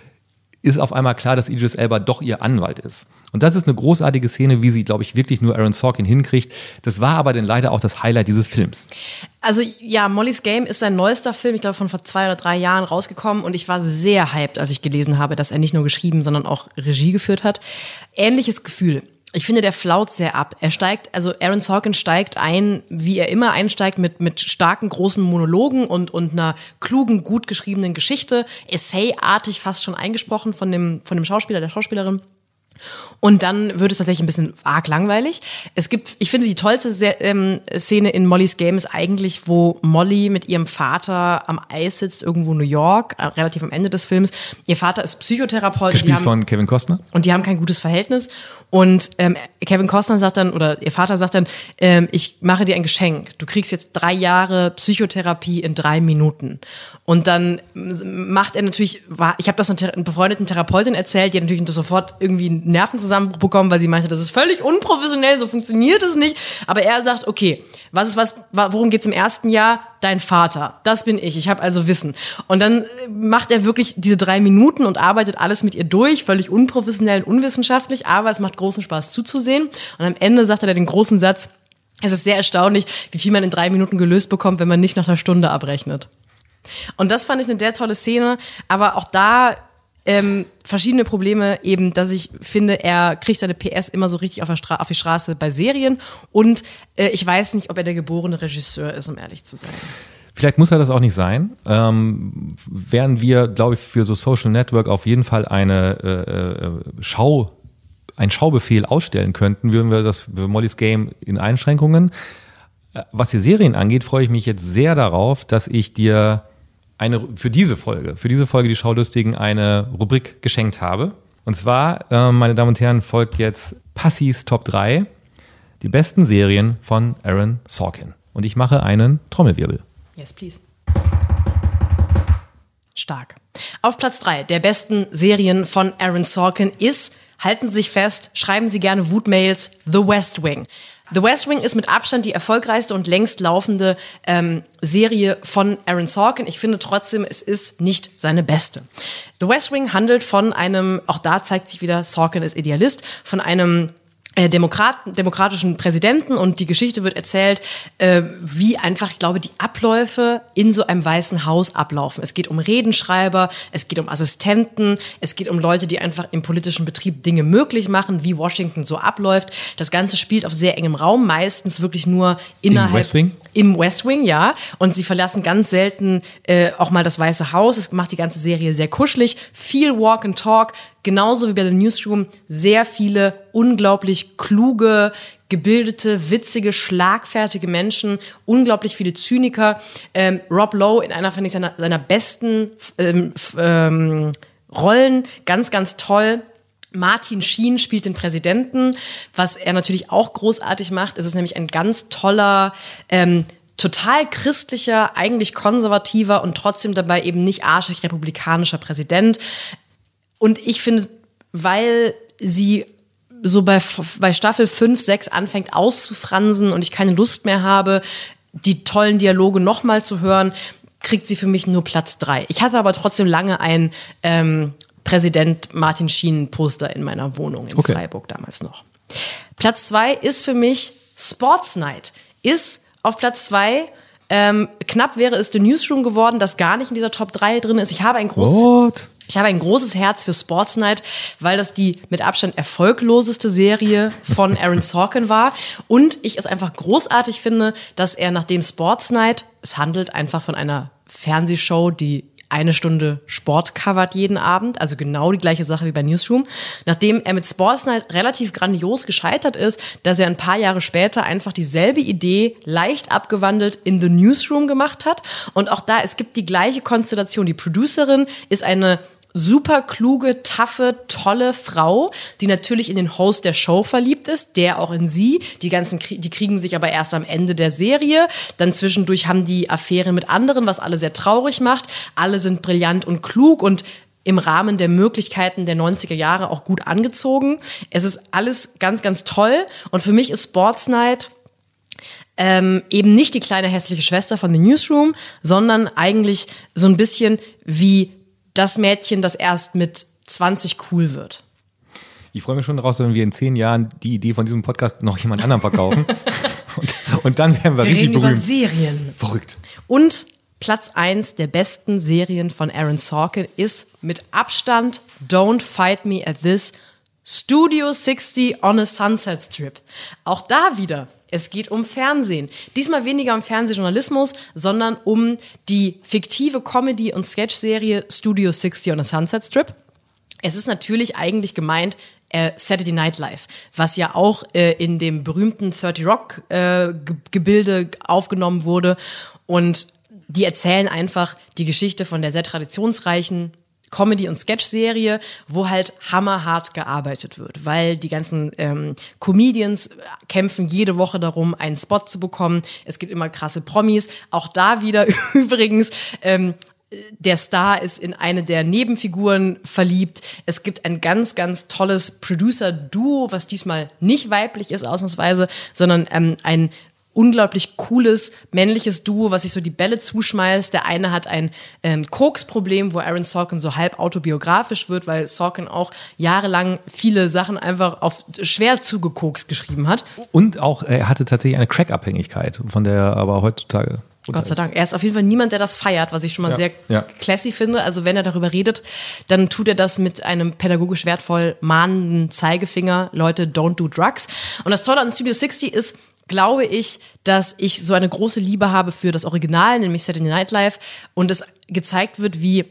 ist auf einmal klar, dass Idris Elba doch ihr Anwalt ist. Und das ist eine großartige Szene, wie sie, glaube ich, wirklich nur Aaron Sorkin hinkriegt. Das war aber dann leider auch das Highlight dieses Films. Also ja, Molly's Game ist sein neuester Film, ich glaube von vor zwei oder drei Jahren rausgekommen und ich war sehr hyped, als ich gelesen habe, dass er nicht nur geschrieben, sondern auch Regie geführt hat. Ähnliches Gefühl. Ich finde, der flaut sehr ab. Er steigt, also Aaron Sorkin steigt ein, wie er immer einsteigt, mit, mit starken, großen Monologen und, und einer klugen, gut geschriebenen Geschichte. Essay-artig fast schon eingesprochen von dem, von dem Schauspieler, der Schauspielerin. Und dann wird es tatsächlich ein bisschen arg langweilig. Es gibt, ich finde, die tollste Se- ähm, Szene in Molly's Game ist eigentlich, wo Molly mit ihrem Vater am Eis sitzt, irgendwo in New York, äh, relativ am Ende des Films. Ihr Vater ist Psychotherapeut. Gespielt die haben, von Kevin Costner. Und die haben kein gutes Verhältnis. Und ähm, Kevin Costner sagt dann, oder ihr Vater sagt dann, ähm, ich mache dir ein Geschenk. Du kriegst jetzt drei Jahre Psychotherapie in drei Minuten. Und dann macht er natürlich, ich habe das einer befreundeten Therapeutin erzählt, die hat natürlich sofort irgendwie einen Nervenzusammenbruch bekommen, weil sie meinte, das ist völlig unprofessionell, so funktioniert es nicht. Aber er sagt, okay, was ist was, worum geht's im ersten Jahr? Dein Vater, das bin ich, ich habe also Wissen. Und dann macht er wirklich diese drei Minuten und arbeitet alles mit ihr durch, völlig unprofessionell und unwissenschaftlich, aber es macht großen Spaß zuzusehen. Und am Ende sagt er dann den großen Satz, es ist sehr erstaunlich, wie viel man in drei Minuten gelöst bekommt, wenn man nicht nach einer Stunde abrechnet. Und das fand ich eine sehr tolle Szene, aber auch da ähm, verschiedene Probleme eben, dass ich finde, er kriegt seine P S immer so richtig auf, der Stra- auf die Straße bei Serien und äh, ich weiß nicht, ob er der geborene Regisseur ist, um ehrlich zu sein. Vielleicht muss er das auch nicht sein. Ähm, wären wir, glaube ich, für so Social Network auf jeden Fall eine äh, Schau, ein Schaubefehl ausstellen könnten, würden wir das für Molly's Game in Einschränkungen. Was die Serien angeht, freue ich mich jetzt sehr darauf, dass ich dir eine für diese Folge, für diese Folge die Schaulustigen eine Rubrik geschenkt habe. Und zwar, äh, meine Damen und Herren, folgt jetzt Passis Top drei, die besten Serien von Aaron Sorkin. Und ich mache einen Trommelwirbel. Yes, please. Stark. Auf Platz drei der besten Serien von Aaron Sorkin ist, halten Sie sich fest, schreiben Sie gerne Wutmails, The West Wing. The West Wing ist mit Abstand die erfolgreichste und längst laufende ähm, Serie von Aaron Sorkin. Ich finde trotzdem, es ist nicht seine beste. The West Wing handelt von einem, auch da zeigt sich wieder, Sorkin ist Idealist, von einem äh, Demokrat, demokratischen Präsidenten und die Geschichte wird erzählt, äh, wie einfach, ich glaube, die Abläufe in so einem Weißen Haus ablaufen. Es geht um Redenschreiber, es geht um Assistenten, es geht um Leute, die einfach im politischen Betrieb Dinge möglich machen, wie Washington so abläuft. Das Ganze spielt auf sehr engem Raum, meistens wirklich nur innerhalb... Im West Wing? Im West Wing, ja. Und sie verlassen ganz selten äh, auch mal das Weiße Haus. Es macht die ganze Serie sehr kuschelig. Viel Walk and Talk, genauso wie bei The Newsroom. Sehr viele unglaublich kluge, gebildete, witzige, schlagfertige Menschen, unglaublich viele Zyniker. Ähm, Rob Lowe in einer, finde ich, seiner, seiner besten ähm, f- ähm, Rollen, ganz, ganz toll. Martin Sheen spielt den Präsidenten, was er natürlich auch großartig macht. Es ist nämlich ein ganz toller, ähm, total christlicher, eigentlich konservativer und trotzdem dabei eben nicht arschig republikanischer Präsident. Und ich finde, weil sie so bei, bei Staffel fünf, sechs anfängt auszufransen und ich keine Lust mehr habe, die tollen Dialoge nochmal zu hören, kriegt sie für mich nur Platz drei. Ich hatte aber trotzdem lange ein ähm, Präsident Martin Sheen Poster in meiner Wohnung in okay. Freiburg damals noch. Platz zwei ist für mich Sports Night. Ist auf Platz zwei, ähm, knapp wäre es The Newsroom geworden, das gar nicht in dieser Top drei drin ist. Ich habe ein großes... What? Ich habe ein großes Herz für Sports Night, weil das die mit Abstand erfolgloseste Serie von Aaron Sorkin war. Und ich es einfach großartig finde, dass er nachdem Sports Night, es handelt einfach von einer Fernsehshow, die eine Stunde Sport covert jeden Abend, also genau die gleiche Sache wie bei Newsroom. Nachdem er mit Sports Night relativ grandios gescheitert ist, dass er ein paar Jahre später einfach dieselbe Idee leicht abgewandelt in The Newsroom gemacht hat. Und auch da, es gibt die gleiche Konstellation. Die Producerin ist eine super kluge, taffe, tolle Frau, die natürlich in den Host der Show verliebt ist, der auch in sie. Die ganzen, die kriegen sich aber erst am Ende der Serie. Dann zwischendurch haben die Affären mit anderen, was alle sehr traurig macht. Alle sind brillant und klug und im Rahmen der Möglichkeiten der neunziger Jahre auch gut angezogen. Es ist alles ganz, ganz toll. Und für mich ist Sports Night Ähm, eben nicht die kleine hässliche Schwester von The Newsroom, sondern eigentlich so ein bisschen wie das Mädchen, das erst mit zwanzig cool wird. Ich freue mich schon daraus, wenn wir in zehn Jahren die Idee von diesem Podcast noch jemand anderem verkaufen. und, und dann werden wir, wir richtig berühmt. Über Serien. Verrückt. Und Platz eins der besten Serien von Aaron Sorkin ist mit Abstand Don't Fight Me at This, Studio sechzig on a Sunset Strip. Auch da wieder. Es geht um Fernsehen. Diesmal weniger um Fernsehjournalismus, sondern um die fiktive Comedy- und Sketch-Serie Studio sechzig on a Sunset Strip. Es ist natürlich eigentlich gemeint äh, Saturday Night Live, was ja auch äh, in dem berühmten thirty Rock äh, Ge- Gebilde aufgenommen wurde. Und die erzählen einfach die Geschichte von der sehr traditionsreichen Comedy- und Sketch-Serie, wo halt hammerhart gearbeitet wird, weil die ganzen ähm, Comedians kämpfen jede Woche darum, einen Spot zu bekommen. Es gibt immer krasse Promis. Auch da wieder übrigens, ähm, der Star ist in eine der Nebenfiguren verliebt. Es gibt ein ganz, ganz tolles Producer-Duo, was diesmal nicht weiblich ist ausnahmsweise, sondern ähm, ein unglaublich cooles männliches Duo, was sich so die Bälle zuschmeißt. Der eine hat ein ähm, Koks-Problem, wo Aaron Sorkin so halb autobiografisch wird, weil Sorkin auch jahrelang viele Sachen einfach auf schwer zugekokst geschrieben hat. Und auch, er hatte tatsächlich eine Crack-Abhängigkeit, von der aber heutzutage... Gott sei Dank. Er ist auf jeden Fall niemand, der das feiert, was ich schon mal ja. sehr ja. classy finde. Also wenn er darüber redet, dann tut er das mit einem pädagogisch wertvoll mahnenden Zeigefinger. Leute, don't do drugs. Und das Tolle an Studio sechzig ist, glaube ich, dass ich so eine große Liebe habe für das Original, nämlich Saturday Night Live, und es gezeigt wird, wie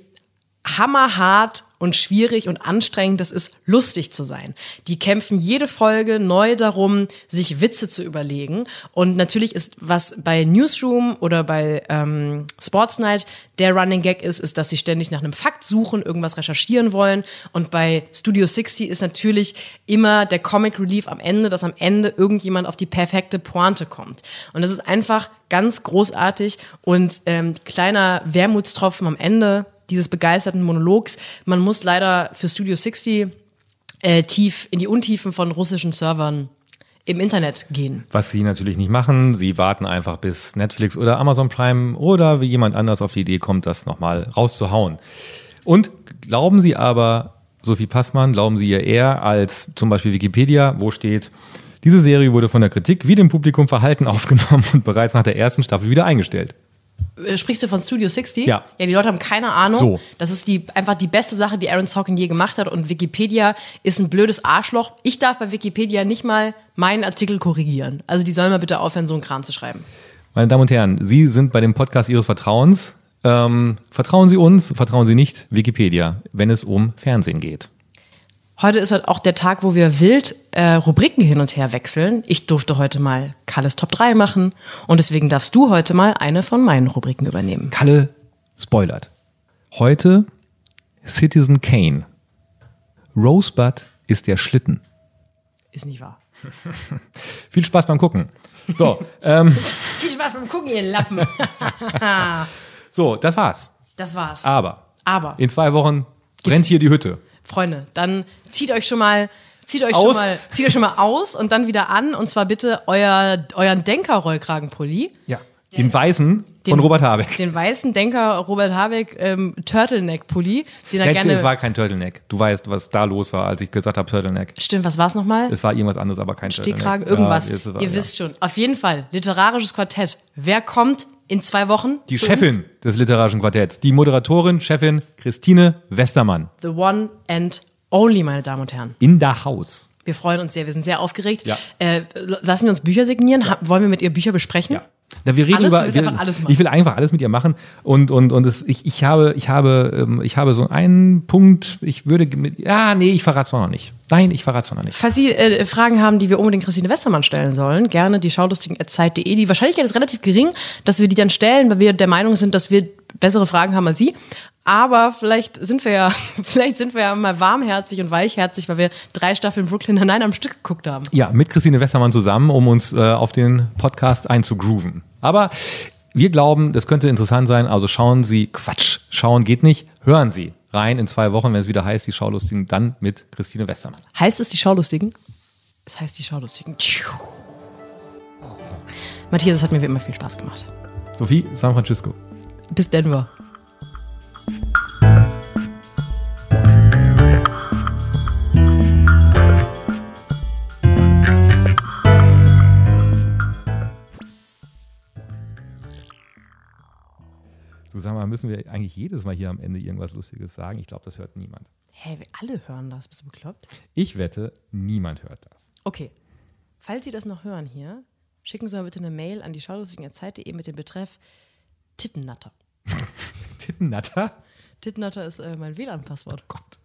hammerhart und schwierig und anstrengend es ist, lustig zu sein. Die kämpfen jede Folge neu darum, sich Witze zu überlegen. Und natürlich ist, was bei Newsroom oder bei ähm, Sports Night der Running Gag ist, ist, dass sie ständig nach einem Fakt suchen, irgendwas recherchieren wollen. Und bei Studio sechzig ist natürlich immer der Comic Relief am Ende, dass am Ende irgendjemand auf die perfekte Pointe kommt. Und das ist einfach ganz großartig und ähm, kleiner Wermutstropfen am Ende dieses begeisterten Monologs. Man muss leider für Studio sechzig äh, tief in die Untiefen von russischen Servern im Internet gehen. Was sie natürlich nicht machen. Sie warten einfach, bis Netflix oder Amazon Prime oder wie jemand anders auf die Idee kommt, das nochmal rauszuhauen. Und glauben Sie aber, Sophie Passmann, glauben Sie ihr eher als zum Beispiel Wikipedia, wo steht, diese Serie wurde von der Kritik wie dem Publikum verhalten aufgenommen und bereits nach der ersten Staffel wieder eingestellt. Sprichst du von Studio sechzig? Ja. Ja, die Leute haben keine Ahnung. So. Das ist die, einfach die beste Sache, die Aaron Sorkin je gemacht hat. Und Wikipedia ist ein blödes Arschloch. Ich darf bei Wikipedia nicht mal meinen Artikel korrigieren. Also die sollen mal bitte aufhören, so einen Kram zu schreiben. Meine Damen und Herren, Sie sind bei dem Podcast Ihres Vertrauens. Ähm, vertrauen Sie uns, vertrauen Sie nicht Wikipedia, wenn es um Fernsehen geht. Heute ist halt auch der Tag, wo wir wild äh, Rubriken hin und her wechseln. Ich durfte heute mal Kalles Top drei machen und deswegen darfst du heute mal eine von meinen Rubriken übernehmen. Kalle spoilert. Heute Citizen Kane. Rosebud ist der Schlitten. Ist nicht wahr. Viel Spaß beim Gucken. So, ähm, Viel Spaß beim Gucken, ihr Lappen. so, das war's. Das war's. Aber, Aber. in zwei Wochen brennt hier die Hütte. Freunde, dann zieht euch schon mal, zieht euch aus. schon mal, zieht euch schon mal aus und dann wieder an und zwar bitte euer, euren Denker-Rollkragenpulli. Ja. Den weißen Den, von Robert Habeck. Den weißen Denker Robert Habeck ähm, Turtleneck-Pulli, den er Ja, gerne. es war kein Turtleneck. Du weißt, was da los war, als ich gesagt habe Turtleneck. Stimmt, was war's nochmal? Es war irgendwas anderes, aber kein Stehkragen, Turtleneck. irgendwas. Ja, jetzt ist er, Ihr ja. wisst schon. Auf jeden Fall, literarisches Quartett. Wer kommt in zwei Wochen? Die zu Chefin uns? des literarischen Quartetts, die Moderatorin, Chefin Christine Westermann. The one and only, meine Damen und Herren. In der Haus. Wir freuen uns sehr, wir sind sehr aufgeregt. Ja. Äh, lassen wir uns Bücher signieren? Ha- wollen wir mit ihr Bücher besprechen? Ja. Na, wir reden alles, über, du willst wir, einfach alles machen. Ich will einfach alles mit ihr machen und, und, und es, ich, ich, habe, ich, habe, ich habe so einen Punkt, ich würde mit, ja, nee, ich verrate es noch nicht. Nein, ich verrate es noch nicht. Falls Sie äh, Fragen haben, die wir unbedingt Christine Westermann stellen sollen, gerne die schaulustigen at zeit punkt de. Die Wahrscheinlichkeit ist relativ gering, dass wir die dann stellen, weil wir der Meinung sind, dass wir bessere Fragen haben als Sie. Aber vielleicht sind wir ja, vielleicht sind wir ja mal warmherzig und weichherzig, weil wir drei Staffeln Brooklyn Nine-Nine am Stück geguckt haben. Ja, mit Christine Westermann zusammen, um uns äh, auf den Podcast einzugrooven. Aber wir glauben, das könnte interessant sein. Also schauen Sie, Quatsch, schauen geht nicht, hören Sie rein in zwei Wochen, wenn es wieder heißt, die Schaulustigen, dann mit Christine Westermann. Heißt es die Schaulustigen? Es heißt die Schaulustigen. Matthias, es hat mir wie immer viel Spaß gemacht. Sophie, San Francisco. Bis Denver. Du, sag mal, müssen wir eigentlich jedes Mal hier am Ende irgendwas Lustiges sagen? Ich glaube, das hört niemand. Hä, wir alle hören das. Bist du bekloppt? Ich wette, niemand hört das. Okay. Falls Sie das noch hören hier, schicken Sie mal bitte eine Mail an die schaulustigen at zeit punkt de mit dem Betreff Tittennatter. Tittennatter? Tittennatter ist äh, mein W L A N-Passwort. Gott.